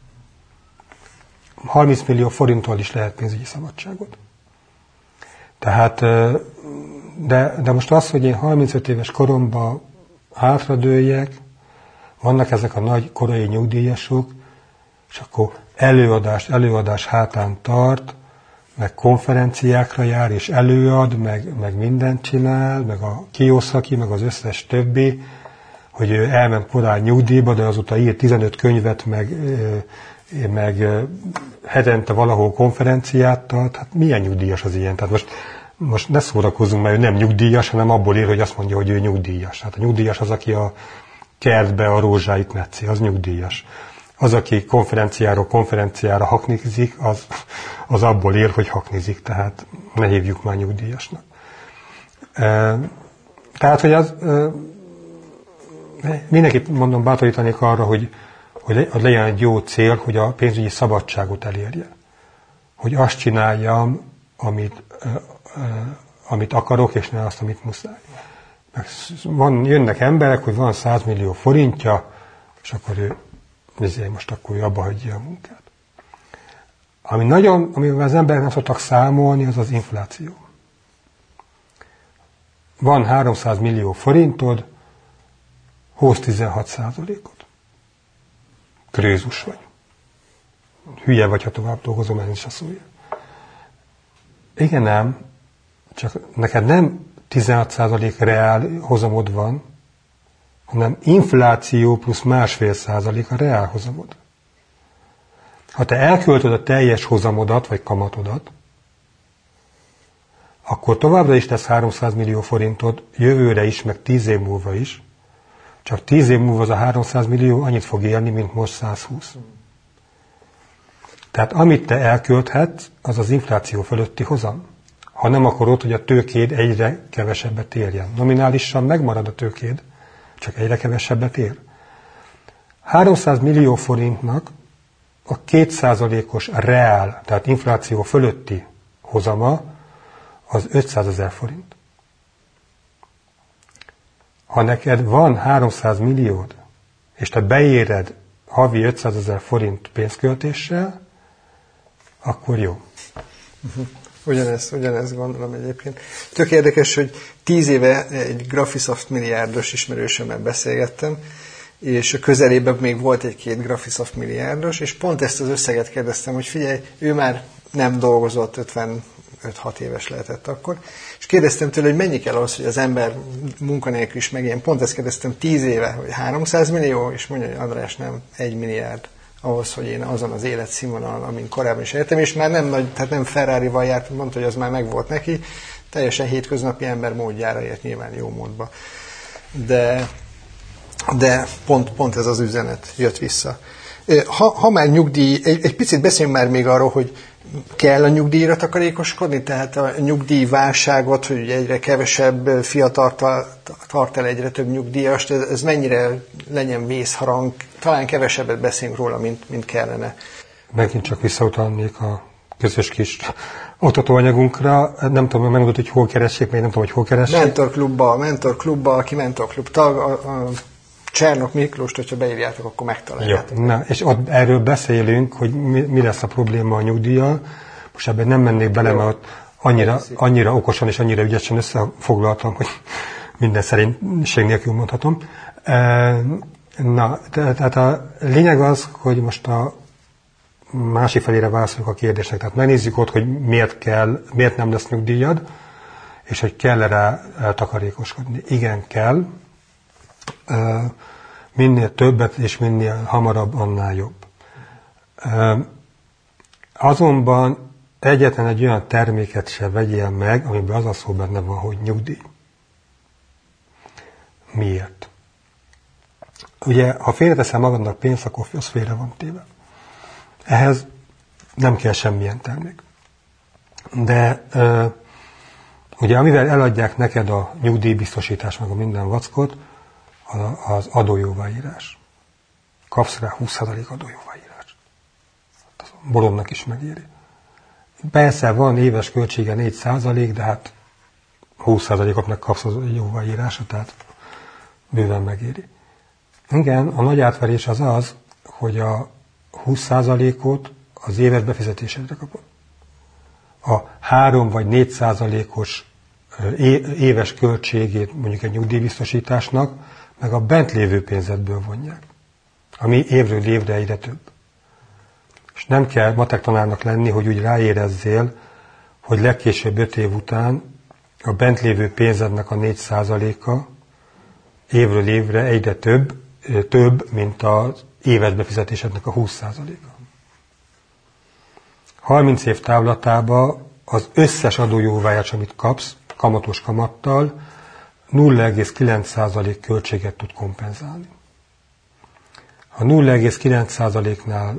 30 millió forinttól is lehet pénzügyi szabadságot. Tehát, de most az, hogy én 35 éves koromban hátradőljek, vannak ezek a nagy korai nyugdíjasok, és akkor előadás hátán tart, meg konferenciákra jár, és előad, meg mindent csinál, meg a Kiyosaki, meg az összes többi, hogy ő elment korán nyugdíjba, de azóta írt 15 könyvet, meg hetente valahol konferenciát tart. Hát milyen nyugdíjas az ilyen? Tehát most ne szórakozzunk, mert ő nem nyugdíjas, hanem abból ír, hogy azt mondja, hogy ő nyugdíjas. Hát a nyugdíjas az, aki a kertbe a rózsáit metszi, az nyugdíjas. Az, aki konferenciára haknizik, az abból ér, hogy haknizik, tehát ne hívjuk már nyugdíjasnak. Tehát, hogy az mindenkit mondom, bátorítanék arra, hogy legyen egy jó cél, hogy a pénzügyi szabadságot elérje. Hogy azt csináljam, amit akarok, és ne azt, amit muszáj. Jönnek emberek, hogy van 100 millió forintja, és akkor ő most akkor abba hagyja a munkát. Amivel az emberek nem szoktak számolni, az az infláció. Van 300 millió forintod, hoz 16%-ot. Krőzus vagy. Hülye vagy, ha tovább dolgozom, ez is a szója. Igen, nem. Csak neked nem 16% reál hozamod van, hanem infláció plusz 1,5% a reál hozamod. Ha te elköltöd a teljes hozamodat, vagy kamatodat, akkor továbbra is tesz 300 millió forintot, jövőre is, meg 10 év múlva is, csak 10 év múlva az a 300 millió annyit fog élni, mint most 120. Tehát amit te elkölthetsz, az az infláció fölötti hozam. Ha nem akarod, hogy a tőkéd egyre kevesebbet érjen. Nominálisan megmarad a tőkéd, csak egyre kevesebbet ér. 300 millió forintnak a 2%-os reál, tehát infláció fölötti hozama az 500 000 forint. Ha neked van 300 milliód, és te beéred havi 500 000 forint pénzköltéssel, akkor jó. Ugyanezt gondolom egyébként. Tök érdekes, hogy 10 éve egy Graphisoft milliárdos ismerősömmel beszélgettem, és a közelében még volt 1-2 Graphisoft milliárdos, és pont ezt az összeget kérdeztem, hogy figyelj, ő már nem dolgozott, 55-6 éves lehetett akkor, és kérdeztem tőle, hogy mennyi kell ahhoz, hogy az ember munkanélkül is megéljen. Pont ezt kérdeztem 10 éve, hogy 300 millió, és mondja, hogy András, nem, 1 milliárd ahhoz, hogy én azon az életszínvonalon, amin korábban is éltem, és már nem nagy, tehát nem Ferrarival járt, mondta, hogy az már megvolt neki, teljesen hétköznapi ember módjára ért, nyilván jó módba. De pont ez az üzenet jött vissza. Ha már nyugdíj, egy picit beszéljünk már még arról, hogy kell a nyugdíjra takarékoskodni, tehát a nyugdíjválságot, hogy egyre kevesebb fiatal tart el egyre több nyugdíjast, ez mennyire legyen vészharang, talán kevesebbet beszélünk róla, mint kellene. Megint csak visszautalnék a közös kis oktatóanyagunkra, nem tudom, megmondod, hogy hol keressék, még nem tudom, hogy hol keressék. Mentorklubba, aki mentorklub tag, a Csernok Miklóst, hogyha beírjátok, akkor megtaláljátok. Jó, na, és ott erről beszélünk, hogy mi lesz a probléma a nyugdíjjal. Most ebben nem mennék bele, mert annyira okosan és annyira ügyesen összefoglaltam, hogy minden szerénység nélkül mondhatom. Na, tehát a lényeg az, hogy most a másik felére válaszoljuk a kérdésnek. Tehát megnézzük ott, hogy miért nem lesz nyugdíjad, és hogy kell-e rá takarékoskodni. Igen, kell. Minél többet és minél hamarabb, annál jobb. Azonban egyetlen egy olyan terméket se vegyél meg, amiben az a szó benne van, hogy nyugdíj. Miért? Ugye, ha félreteszel magadnak pénzt, akkor az félre van téve. Ehhez nem kell semmilyen termék. De ugye, amivel eladják neked a nyugdíjbiztosítás, meg a minden vackot, az adójóváírás. Kapsz rá 20% adójóváírás. Az bolondnak is megéri. Persze van éves költsége 4%, de hát 20%-ot megkapsz az jóváírásra, tehát bőven megéri. Igen, a nagy átverés az az, hogy a 20%-ot az éves befizetésedre kapod. A 3 vagy 4%-os éves költségét mondjuk egy nyugdíjbiztosításnak meg a bent lévő pénzedből vonják, ami évről évre egyre több. És nem kell matek tanárnak lenni, hogy úgy ráérezzél, hogy legkésőbb 5 év után a bent lévő pénzednek a 4%-a évről évre egyre több, mint az éves befizetésednek a 20%-a. 30 év távlatában az összes adójóváírás, amit kapsz, kamatos kamattal, 0,9% költséget tud kompenzálni. Ha 0,9%-nál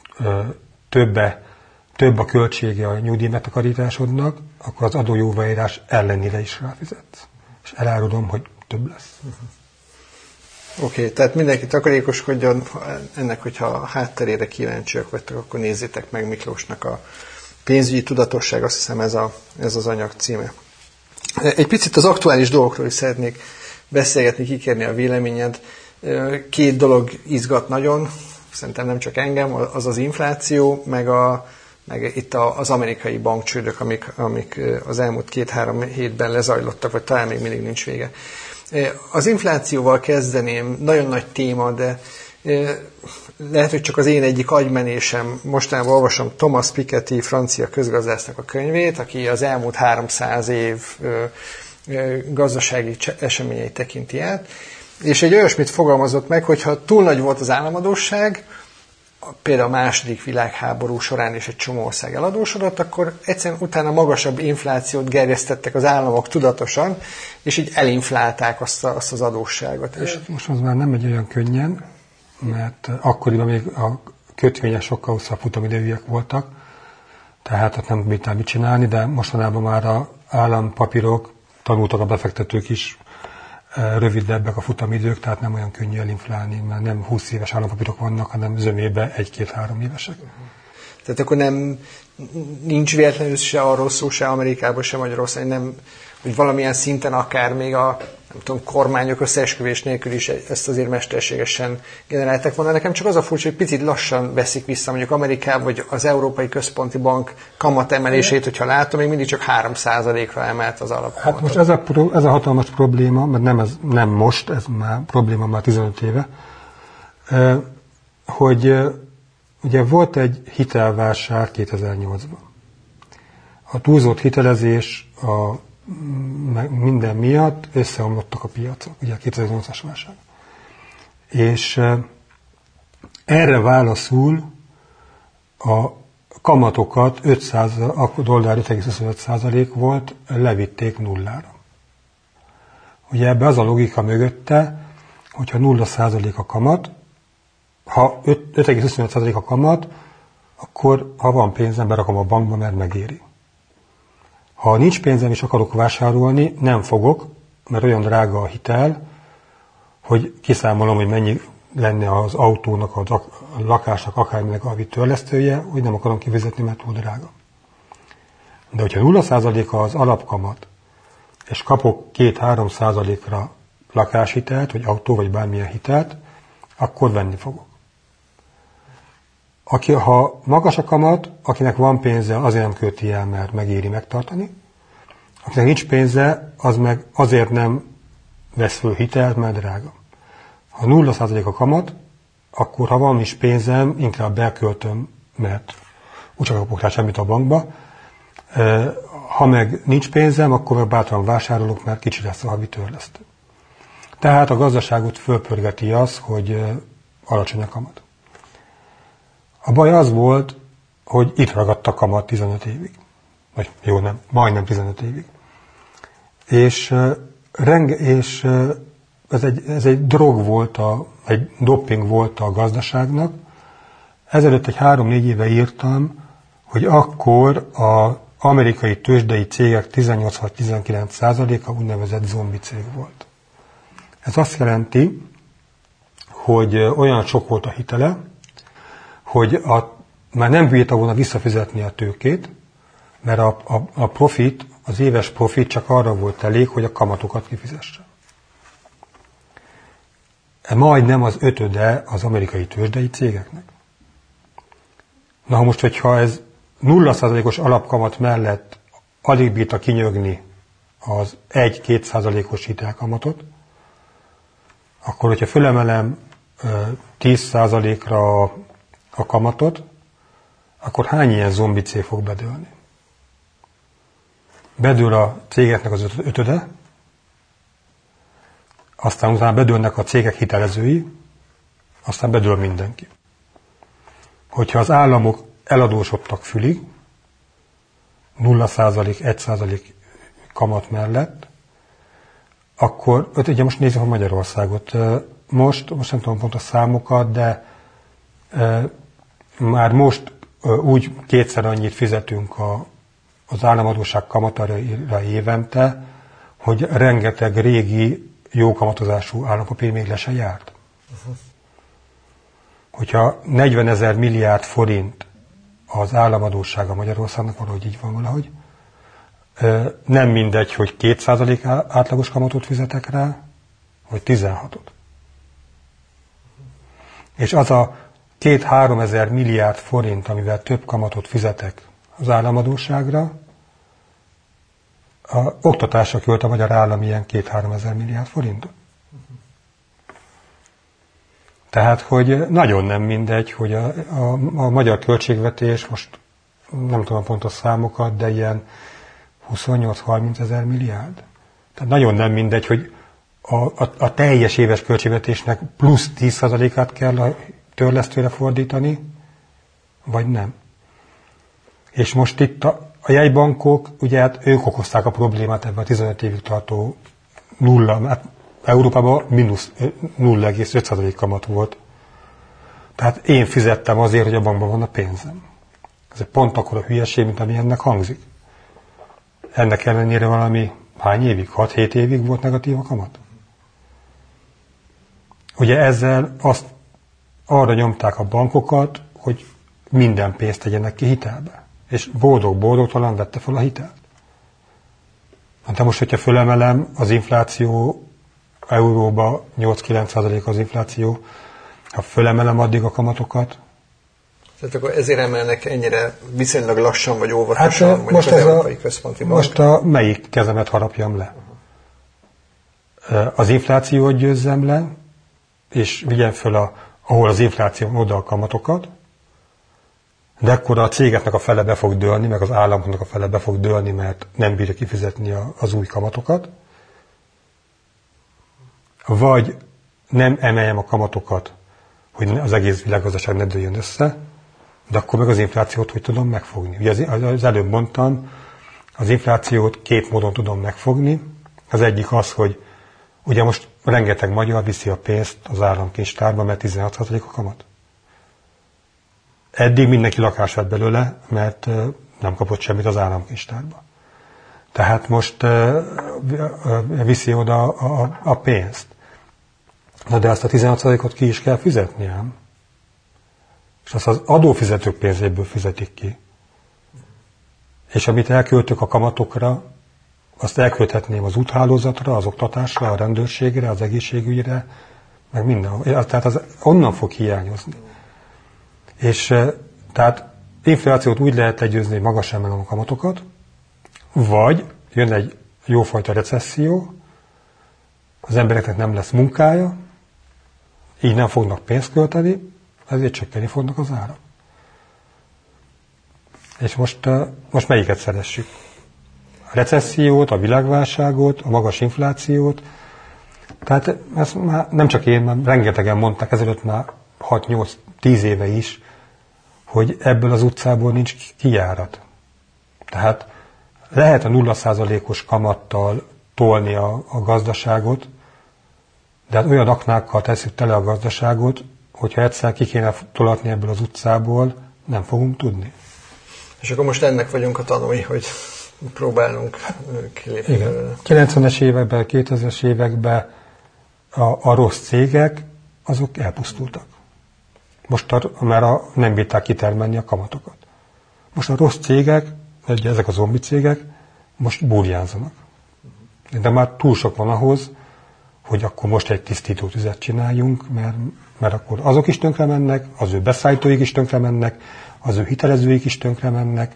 több a költsége a nyugdíjmegtakarításodnak, akkor az adójóváírás ellenére is ráfizetsz. És elárulom, hogy több lesz. Oké, tehát mindenki takarékoskodjon, ennek, hogyha a hátterére kíváncsiak vagytok, akkor nézzétek meg Miklósnak a pénzügyi tudatosság, azt hiszem ez az anyag címe. Egy picit az aktuális dolgokról is szeretnék beszélgetni, kikérni a véleményed. 2 dolog izgat nagyon, szerintem nem csak engem, az az infláció, meg itt az amerikai bankcsődök, amik az elmúlt 2-3 hétben lezajlottak, vagy talán még mindig nincs vége. Az inflációval kezdeném, nagyon nagy téma, de lehet, hogy csak az én egyik agymenésem. Mostanában olvasom Thomas Piketty, francia közgazdásznak a könyvét, aki az elmúlt 300 év gazdasági eseményeit tekinti át, és egy olyasmit fogalmazott meg, hogyha túl nagy volt az államadósság, például a II. Világháború során is egy csomó ország eladósodott, akkor egyszerűen utána magasabb inflációt gerjesztettek az államok tudatosan, és így elinflálták azt az adósságot. És most az már nem megy olyan könnyen, mert akkoriban még a kötvények sokkal hosszabb futamidejűek voltak, tehát ott nem tudták mit csinálni, de mostanában már az állampapírok, tanultak a befektetők is, rövidebbek a futamidők, tehát nem olyan könnyű elinflálni, mert nem 20 éves állampapírok vannak, hanem zömében 1-2-3 évesek. Tehát akkor nincs véletlenül se arról szó, se Amerikában, se Magyarországon, hogy valamilyen szinten akár még a kormányok összeesküvés nélkül is ezt azért mesterségesen generálták volna. Nekem csak az a furcsa, hogy picit lassan veszik vissza mondjuk Amerikában, vagy az Európai Központi Bank kamatemelését, hogyha látom, még mindig csak 3%-ra emelt az alapkamatot. Hát most ez a hatalmas probléma, mert nem most, ez már probléma már 15 éve, hogy ugye volt egy hitelválság 2008-ban. A túlzott hitelezés minden miatt összeomlottak a piacok, ugye a 2008-as válság. És erre válaszul a kamatokat dollár 5,25% volt, levitték nullára. Ugye ebbe az a logika mögötte, hogyha 0% a kamat, ha 5,25% a kamat, akkor ha van pénzem, berakom a bankba, mert megéri. Ha nincs pénzem és akarok vásárolni, nem fogok, mert olyan drága a hitel, hogy kiszámolom, hogy mennyi lenne az autónak, a lakásnak, akárminek a havi törlesztője, hogy nem akarom kifizetni, mert túl drága. De hogyha 0%-a az alapkamat, és kapok 2-3%-ra lakáshitelt, vagy autó, vagy bármilyen hitelt, akkor venni fogok. Ha magas a kamat, akinek van pénze, azért nem költi el, mert megéri megtartani. Akinek nincs pénze, az meg azért nem vesz föl hitelt, mert drága. Ha 0% a kamat, akkor ha van is pénzem, inkább beköltöm, mert úgyse kapok rá semmit a bankba. Ha meg nincs pénzem, akkor meg bátran vásárolok, mert kicsi lesz a havi törlesztő. Tehát a gazdaságot fölpörgeti az, hogy alacsony a kamat. A baj az volt, hogy itt ragadt a kamat 15 évig. Vagy jó, nem, majdnem 15 évig. És ez egy drog volt, egy doping volt a gazdaságnak. Ezelőtt egy 3-4 éve írtam, hogy akkor az amerikai tőzsdei cégek 18-19%-a úgynevezett zombi cég volt. Ez azt jelenti, hogy olyan sok volt a hitele, hogy már nem bírta volna visszafizetni a tőkét, mert a profit, az éves profit csak arra volt elég, hogy a kamatokat kifizesse. Majdnem az 5-öde az amerikai tőzsdei cégeknek. Na most, hogyha ez 0%-os alapkamat mellett alig bírta kinyögni az 1-2%-os hitelkamatot, akkor, hogyha fölemelem 10%-ra a kamatot, akkor hány ilyen zombi cég fog bedőlni? Bedől a cégeknek az 5-öde, aztán utána bedőlnek a cégek hitelezői, aztán bedől mindenki. Hogyha az államok eladósodtak fülig, 0%, 1% kamat mellett, akkor, ugye most nézzük a Magyarországot. Most nem tudom pont a számokat, de már most úgy 2-szer annyit fizetünk az államadósság kamatára évente, hogy rengeteg régi, jó kamatozású állampapír még le se járt. Hogyha 40 000 milliárd forint az államadóssága Magyarországnak, valahogy így van valahogy, nem mindegy, hogy 2% átlagos kamatot fizetek rá, vagy 16-ot. És az a 2-3 ezer milliárd forint, amivel több kamatot fizetek az államadósságra, a oktatásra költ a magyar állam ilyen 2-3 ezer milliárd forintot. Tehát, hogy nagyon nem mindegy, hogy a magyar költségvetés, most nem tudom pontos számokat, de ilyen 28-30 ezer milliárd. Tehát nagyon nem mindegy, hogy a teljes éves költségvetésnek plusz 10%-át kell a törlesztőre fordítani, vagy nem. És most itt a jegybankok, ugye hát ők okozták a problémát ebben a 15 évig tartó nulla, hát Európában mínusz 0,5% kamat volt. Tehát én fizettem azért, hogy a bankban van a pénzem. Ez egy pont akkora hülyeség, mint ami ennek hangzik. Ennek ellenére valami hány évig? 6-7 évig volt negatív a kamat? Ugye ezzel arra nyomták a bankokat, hogy minden pénzt tegyenek ki hitelbe. És boldog-boldogtalan vette fel a hitelt. De most, hogyha fölemelem az infláció, euróba 8-9% az infláció, ha fölemelem addig a kamatokat. Tehát akkor ezért emelnek ennyire viszonylag lassan vagy óvatosan, hát, most az Európai Központi Bank. Most melyik kezemet harapjam le? Az inflációt győzzem le, és vigyem föl, ahol az infláció oda a kamatokat, de akkor a cégeknek a fele be fog dőlni, meg az államoknak a fele be fog dőlni, mert nem bírja kifizetni az új kamatokat. Vagy nem emeljem a kamatokat, hogy az egész világgazdaság ne dőljön össze, de akkor meg az inflációt hogy tudom megfogni. Ugye az előbb mondtam, az inflációt 2 módon tudom megfogni. Az egyik az, hogy ugye most rengeteg magyar viszi a pénzt az államkincstárba, mert 16% a kamat. Eddig mindenki lakást vett belőle, mert nem kapott semmit az államkincstárba. Tehát most viszi oda a pénzt. Na de azt a 16%-ot ki is kell fizetni, ám? És azt az adófizetők pénzéből fizetik ki. és amit elköltök a kamatokra, azt elkölthetném az úthálózatra, az oktatásra, a rendőrségre, az egészségügyre, meg minden. Tehát az onnan fog hiányozni. És tehát inflációt úgy lehet legyőzni, hogy magasan emelem a kamatokat, vagy jön egy jófajta recesszió, az embereknek nem lesz munkája, így nem fognak pénzt költeni, ezért csökkenni fognak az árak. És most melyiket szeressük? A recessziót, a világválságot, a magas inflációt. Tehát ezt már nem csak én, mert rengetegen mondták ezelőtt már 6-8-10 éve is, hogy ebből az utcából nincs kijárat. Tehát lehet a 0%-os kamattal tolni a gazdaságot, de hát olyan aknákkal tesszük tele a gazdaságot, hogyha egyszer ki kéne tolatni ebből az utcából, nem fogunk tudni. És akkor most ennek vagyunk a tanúi, hogy próbálunk kilépni. Igen. 90-es években, 2000-es években a rossz cégek, azok elpusztultak. Most már nem bírták kitermelni a kamatokat. Most a rossz cégek, ezek a zombi cégek, most burjánzanak. De már túl sok van ahhoz, hogy akkor most egy tisztító tüzet csináljunk, mert akkor azok is tönkre mennek, az ő beszállítóik is tönkre mennek, az ő hitelezőik is tönkre mennek.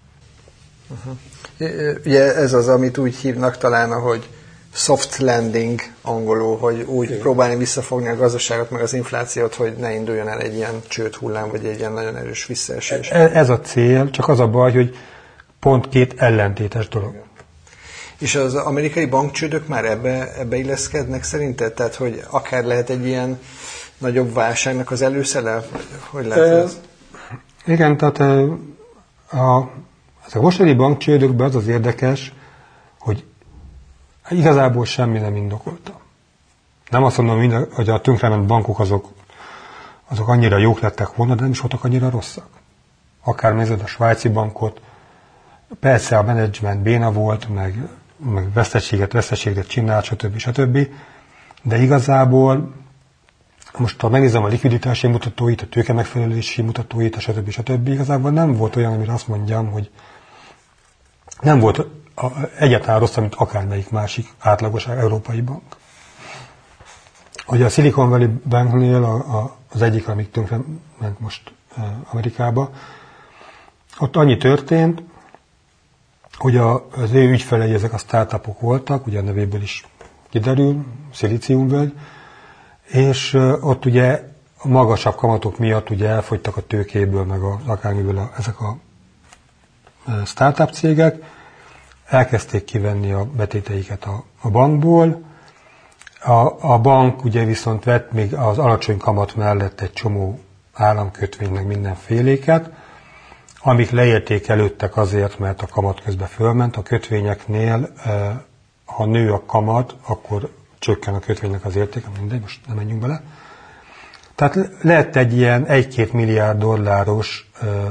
Ugye ez az, amit úgy hívnak talán, hogy soft landing angolul, hogy úgy próbálni visszafogni a gazdaságot, meg az inflációt, hogy ne induljon el egy ilyen csődhullám, vagy egy ilyen nagyon erős visszaesés. Ez a cél, csak az a baj, hogy pont két ellentétes dolog. És az amerikai bankcsődök már ebbe illeszkednek szerinted? Tehát, hogy akár lehet egy ilyen nagyobb válságnak az előszele? Hogy lehet ez? Igen, tehát ezek a mostani bankcsődökben az érdekes, hogy igazából semmi nem indokolta. Nem azt mondom, hogy a tönkrement bankok azok annyira jók lettek volna, de nem is voltak annyira rosszak. Akár nézed a svájci bankot, persze a menedzsment béna volt, meg veszteséget csinált, stb. De igazából most ha megnézem a likviditási mutatóit, a tőke megfelelési mutatóit, stb. Igazából nem volt olyan, amire azt mondjam, hogy nem volt egyáltalán rosszabb, mint akármelyik másik átlagos európai bank. Ugye a Silicon Valley Banknél az egyik, amik tönkre ment most Amerikába, ott annyi történt, hogy az ő ügyfelei ezek a startupok voltak, ugye a nevéből is kiderül, szilíciumvölgy, és ott ugye a magasabb kamatok miatt ugye elfogytak a tőkéből, meg akármiből ezek a startup cégek, elkezdték kivenni a betéteiket a bankból. A bank ugye viszont vett még az alacsony kamat mellett egy csomó államkötvény, meg mindenféléket, amik leértékelődtek azért, mert a kamat közben fölment. A kötvényeknél, ha nő a kamat, akkor csökken a kötvénynek az értéke, mindegy, most nem menjünk bele. Tehát lett egy ilyen 1-2 milliárd dolláros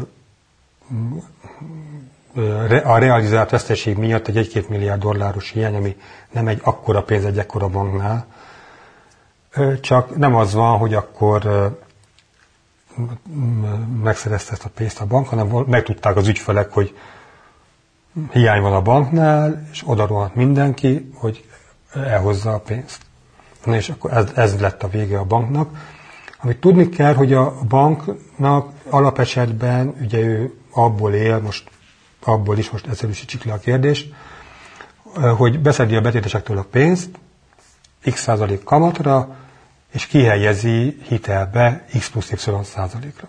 a realizált veszteség miatt egy 1-2 milliárd dolláros hiány, ami nem egy akkora pénz egy ekkora banknál. Csak nem az van, hogy akkor megszerezte ezt a pénzt a bank, hanem megtudták az ügyfelek, hogy hiány van a banknál, és oda rohadt mindenki, hogy elhozza a pénzt. Na és akkor ez lett a vége a banknak. Amit tudni kell, hogy a banknak alapesetben, ugye ő abból él, most egyszerűsítsük le a kérdést, hogy beszedi a betétesektől a pénzt, x% kamatra, és kihelyezi hitelbe x plusz y százalékra.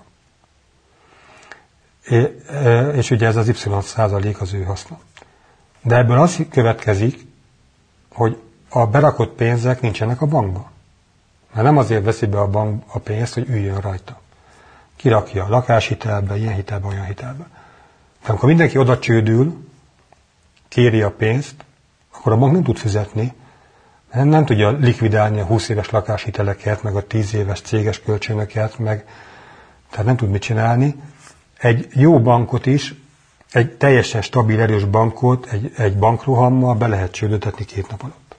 És ugye ez az y százalék az ő haszna. De ebből az következik, hogy a berakott pénzek nincsenek a bankban. Mert nem azért veszi be a bank a pénzt, hogy üljön rajta. Kirakja a lakáshitelbe, ilyen hitelbe, olyan hitelbe. De amikor mindenki oda csődül, kéri a pénzt, akkor a bank nem tud fizetni, mert nem tudja likvidálni a 20 éves lakáshiteleket, meg a 10 éves céges kölcsönöket, tehát nem tud mit csinálni. Egy jó bankot is, egy teljesen stabil, erős bankot egy bankrohammal be lehet csődötetni 2 nap alatt.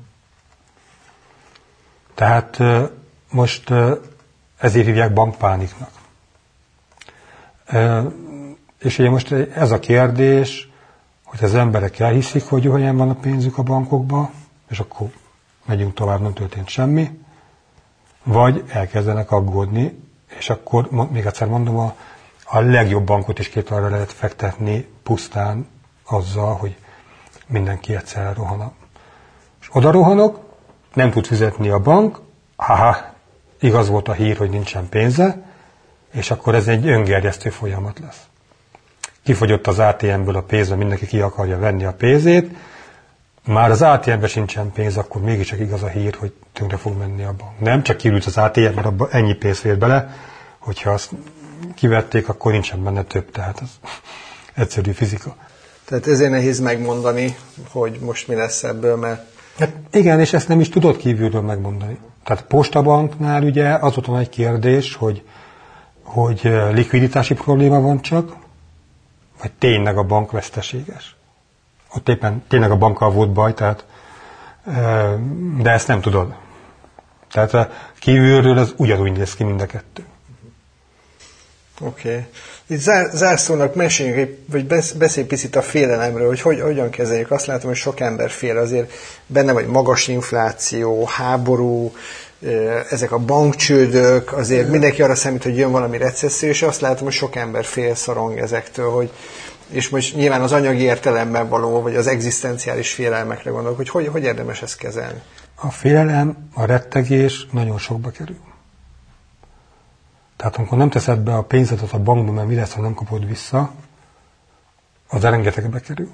Tehát most ezért hívják bankpániknak. És ugye most ez a kérdés, hogy az emberek elhiszik, hogy jó helyen van a pénzük a bankokba, és akkor megyünk tovább, nem történt semmi, vagy elkezdenek aggódni, és akkor még egyszer mondom, a legjobb bankot is két arra lehet fektetni pusztán azzal, hogy mindenki egyszer rohan. És oda rohanok, nem tud fizetni a bank, igaz volt a hír, hogy nincsen pénze, és akkor ez egy öngerjesztő folyamat lesz. Kifogyott az ATM-ből a pénz, mindenki ki akarja venni a pénzét, már az ATM-ben sincsen pénz, akkor mégiscsak igaz a hír, hogy tönkre fog menni a bank. Nem, csak kirült az ATM, mert abban ennyi pénz fér bele, hogyha azt kivették, akkor nincsen benne több, tehát ez egyszerű fizika. Tehát ezért nehéz megmondani, hogy most mi lesz ebből, mert... Hát igen, és ezt nem is tudod kívülről megmondani. Tehát Postabanknál ugye az volt a nagy kérdés, hogy likviditási probléma van csak, vagy tényleg a bank veszteséges. Ott éppen tényleg a bankkal volt baj, tehát, de ezt nem tudod. Tehát kívülről az ugyanúgy néz ki mind a kettő. Oké. Itt zárszónak meséljünk, vagy beszélj picit a félelemről, hogy hogyan kezeljük. Azt látom, hogy sok ember fél, azért benne vagy magas infláció, háború, ezek a bankcsődök, azért mindenki arra számít, hogy jön valami recesszió, és azt látom, hogy sok ember szorong ezektől, és most nyilván az anyagi értelemben való, vagy az egzisztenciális félelmekre gondolok, hogy érdemes ezt kezelni. A félelem, a rettegés nagyon sokba kerül. Tehát amikor nem teszed be a pénzedet a bankba, mert mi lesz, ha nem kapod vissza, az rengetegbe kerül.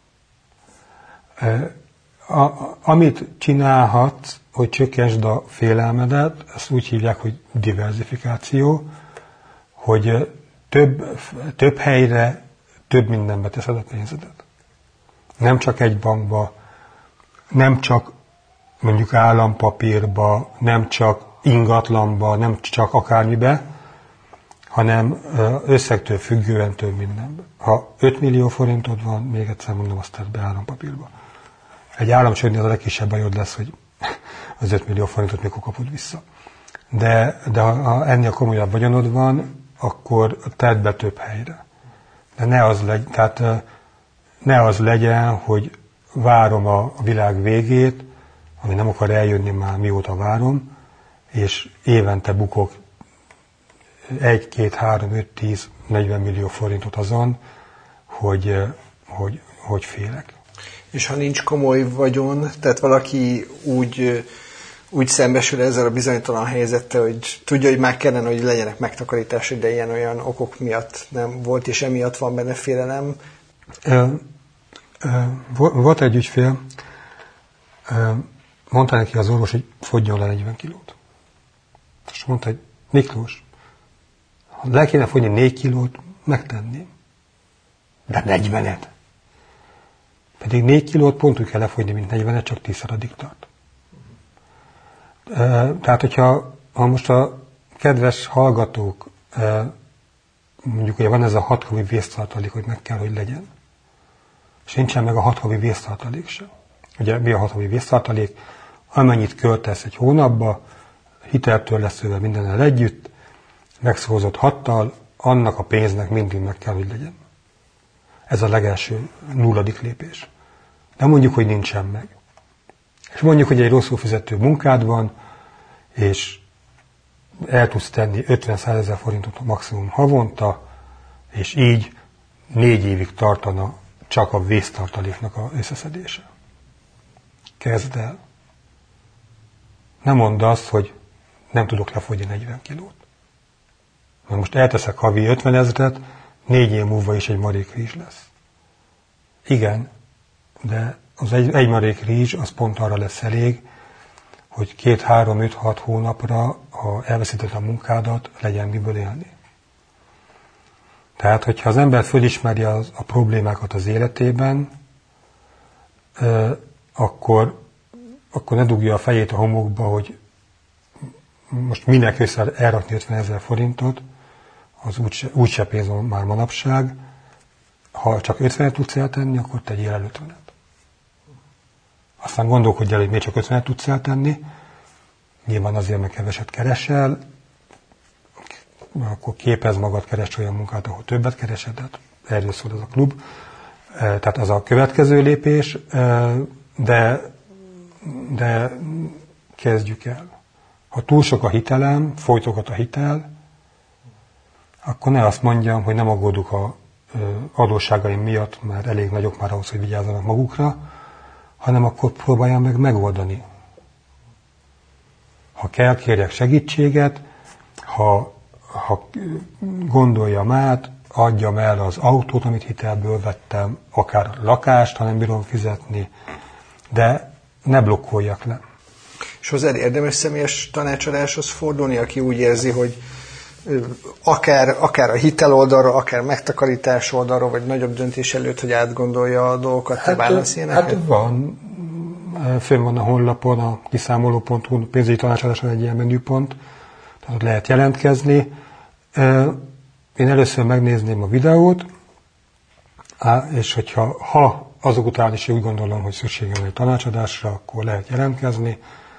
Amit csinálhatsz, hogy csökkentsd a félelmedet, ezt úgy hívják, hogy diverzifikáció, hogy több helyre, több mindenbe teszed a pénzedet. Nem csak egy bankba, nem csak mondjuk állampapírba, nem csak ingatlanba, nem csak akármibe, hanem összegtől függően több mindenbe. Ha 5 millió forintod van, még egyszer mondom, azt tedd be állampapírba. Egy államcsődnél az a legkisebb bajod lesz, hogy az 5 millió forintot mikor kapod vissza. De ha ennél komolyabb vagyonod van, akkor tedd be több helyre. De ne az legyen, hogy várom a világ végét, ami nem akar eljönni már mióta várom, és évente bukok 1, 2, 3, 5, 10, 40 millió forintot azon, hogy félek. És ha nincs komoly vagyon, tehát valaki úgy szembesül ezzel a bizonytalan helyzettel, hogy tudja, hogy már kellene, hogy legyenek megtakarítások, de ilyen-olyan okok miatt nem volt, és emiatt van benne félelem. Volt egy ügyfél, mondta neki az orvos, hogy fogjon le 40 kilót. És mondta, hogy Miklós, ha le kéne fogyni 4 kilót, megtenném. De 40-et. Pedig 4 kilót pont úgy kell lefogyni, mint 40-et, csak 10-szer addig tart. Tehát, hogyha most a kedves hallgatók, mondjuk, hogy van ez a 6 havi vésztartalék, hogy meg kell, hogy legyen. És nincsen meg a 6 havi vésztartalék sem. Ugye mi a 6 havi vésztartalék? Amennyit költesz egy hónapba, hiteltől leszőve mindennel együtt, megszózott 6-tal, annak a pénznek mindig meg kell, hogy legyen. Ez a legelső 0. lépés. De mondjuk, hogy nincsen meg. És mondjuk, hogy egy rosszul fizető munkád van, és el tudsz tenni 50-100 ezer forintot maximum havonta, és így 4 évig tartana csak a vésztartaléknak az összeszedése. Kezd el. Nem mondd azt, hogy nem tudok lefogyni 40 kilót. Mert most elteszek havi 50 ezret, 4 év múlva is egy marék rizs lesz. Igen, de az egy marék rizs az pont arra lesz elég, hogy 2, 3, 5, 6 hónapra, ha elveszíted a munkádat, legyen miből élni. Tehát, hogyha az ember fölismeri a problémákat az életében, akkor ne dugja a fejét a homokba, hogy most minek össze elrakni 50 ezer forintot, az úgyse pénz van már manapság. Ha csak 50-et tudsz eltenni, akkor tegyél el 50-et. Aztán gondolkodj el, hogy miért csak 50-et tudsz eltenni. Nyilván azért, mert keveset keresel, akkor képezd magad, keresd olyan munkát, ahol többet keresed, erről szól ez a klub. Tehát az a következő lépés, de kezdjük el. Ha túl sok a hitelem, folytogat a hitel, akkor ne azt mondjam, hogy nem aggódok a adósságaim miatt, mert elég nagyok már ahhoz, hogy vigyázzanak magukra, hanem akkor próbáljam meg megoldani. Ha kell, kérjek segítséget, ha gondoljam át, adjam el az autót, amit hitelből vettem, akár a lakást, ha nem bírom fizetni, de ne blokkoljak le. És hozzád érdemes személyes tanácsadáshoz fordulni, aki úgy érzi, hogy akár a hitel oldalról, akár megtakarítás oldalról, vagy nagyobb döntés előtt, hogy átgondolja a dolgokat, te válasz ilyeneket? Hát van. Fönn van a honlapon, a kiszámoló.hu pénzügyi tanácsadáson egy ilyen menüpont, tehát lehet jelentkezni. Én először megnézném a videót, és hogyha azok után is úgy gondolom, hogy szükségem van egy tanácsadásra, akkor lehet jelentkezni.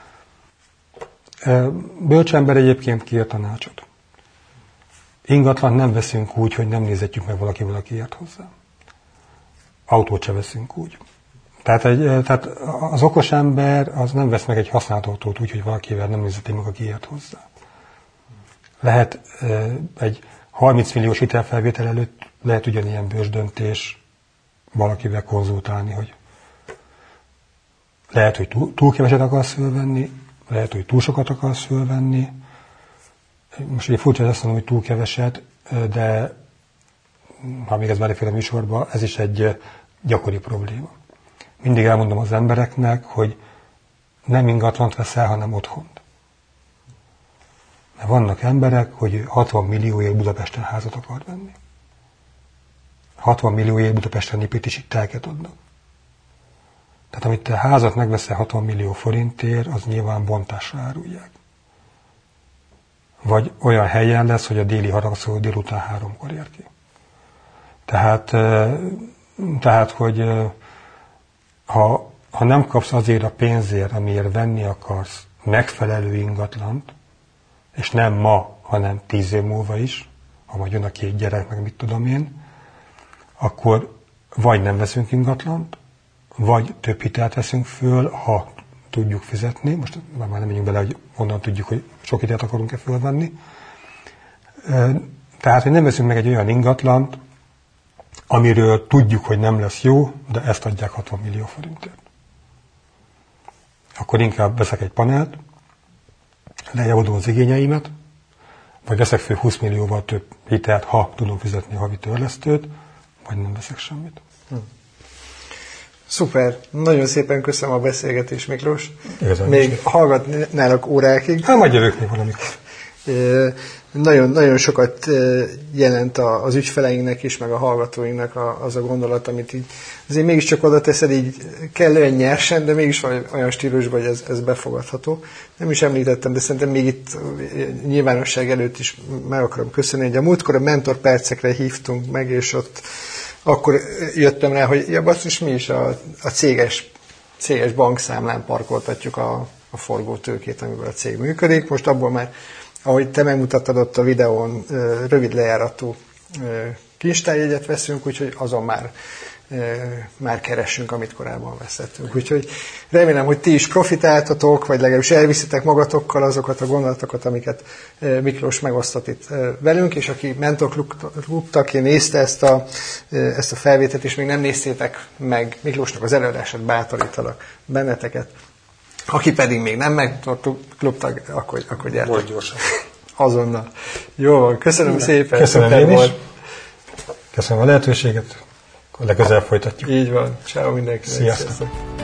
Bölcsember egyébként kér tanácsot. Ingatlant nem veszünk úgy, hogy nem nézetjük meg valaki ért hozzá. Autót se veszünk úgy. Tehát az okos ember az nem vesz meg egy használt autót úgy, hogy valakivel nem nézeti meg, aki ért hozzá. Lehet egy 30 milliós hitelfelvétel előtt lehet ugyanilyen bőrsdöntés valakivel konzultálni, hogy lehet, hogy túl keveset akarsz fölvenni, lehet, hogy túl sokat akarsz fölvenni. Most ugye furcsa, hogy azt mondom, hogy túl keveset, de ha még ez belefér a műsorba, ez is egy gyakori probléma. Mindig elmondom az embereknek, hogy nem ingatlant veszel, hanem otthont. Mert vannak emberek, hogy 60 millióért Budapesten házat akar venni. 60 millióért Budapesten építési telket adnak. Tehát amit te házat megveszel 60 millió forintért, az nyilván bontásra árulják. Vagy olyan helyen lesz, hogy a déli harangszóró délután 3-kor ér ki. Tehát hogy ha nem kapsz azért a pénzért, amiért venni akarsz megfelelő ingatlant, és nem ma, hanem 10 év múlva is, ha majd jön a 2 gyerek, meg mit tudom én, akkor vagy nem veszünk ingatlant, vagy több hitelt veszünk föl, ha tudjuk fizetni. Most már nem megyünk bele, hogy onnan tudjuk, hogy sok hitelt akarunk-e fölvenni. Tehát, hogy nem veszünk meg egy olyan ingatlant, amiről tudjuk, hogy nem lesz jó, de ezt adják 60 millió forintért. Akkor inkább veszek egy panelt, lejavodom az igényeimet, vagy veszek föl 20 millióval több hitelt, ha tudom fizetni a havi törlesztőt, vagy nem veszek semmit. Szuper, nagyon szépen köszönöm a beszélgetést, Miklós. Igazán még hallgatnálak órákig. Hát majd jövök még valamikor. Nagyon, nagyon sokat jelent az ügyfeleinknek is, meg a hallgatóinknak az a gondolat, amit így azért mégiscsak oda teszed így kellően nyersen, de mégis olyan stílusban, hogy ez befogadható. Nem is említettem, de szerintem még itt nyilvánosság előtt is meg akarom köszönni, hogy a múltkor a mentor percekre hívtunk meg, és ott akkor jöttem rá, hogy ja basszus, mi is a céges bankszámlán parkoltatjuk a forgótőkét, amivel a cég működik. Most abból már, ahogy te megmutattad ott a videón, rövid lejáratú kincstárjegyet veszünk, úgyhogy azon már keresünk, amit korábban veszettünk. Úgyhogy remélem, hogy ti is profitáltatok, vagy legalábbis elviszitek magatokkal azokat a gondolatokat, amiket Miklós megosztott itt velünk, és aki mentorklub tagja nézte ezt a felvételt, és még nem néztétek meg Miklósnak az előadását, bátorítalak benneteket. Aki pedig még nem mentorklub tag, akkor gyertek. Most gyorsan. Azonnal. Jó van, köszönöm szépen. Köszönöm én is. Köszönöm a lehetőséget. Akkor legközelebb folytatjuk. Így van. Ciao mindenkinek. Sziasztok.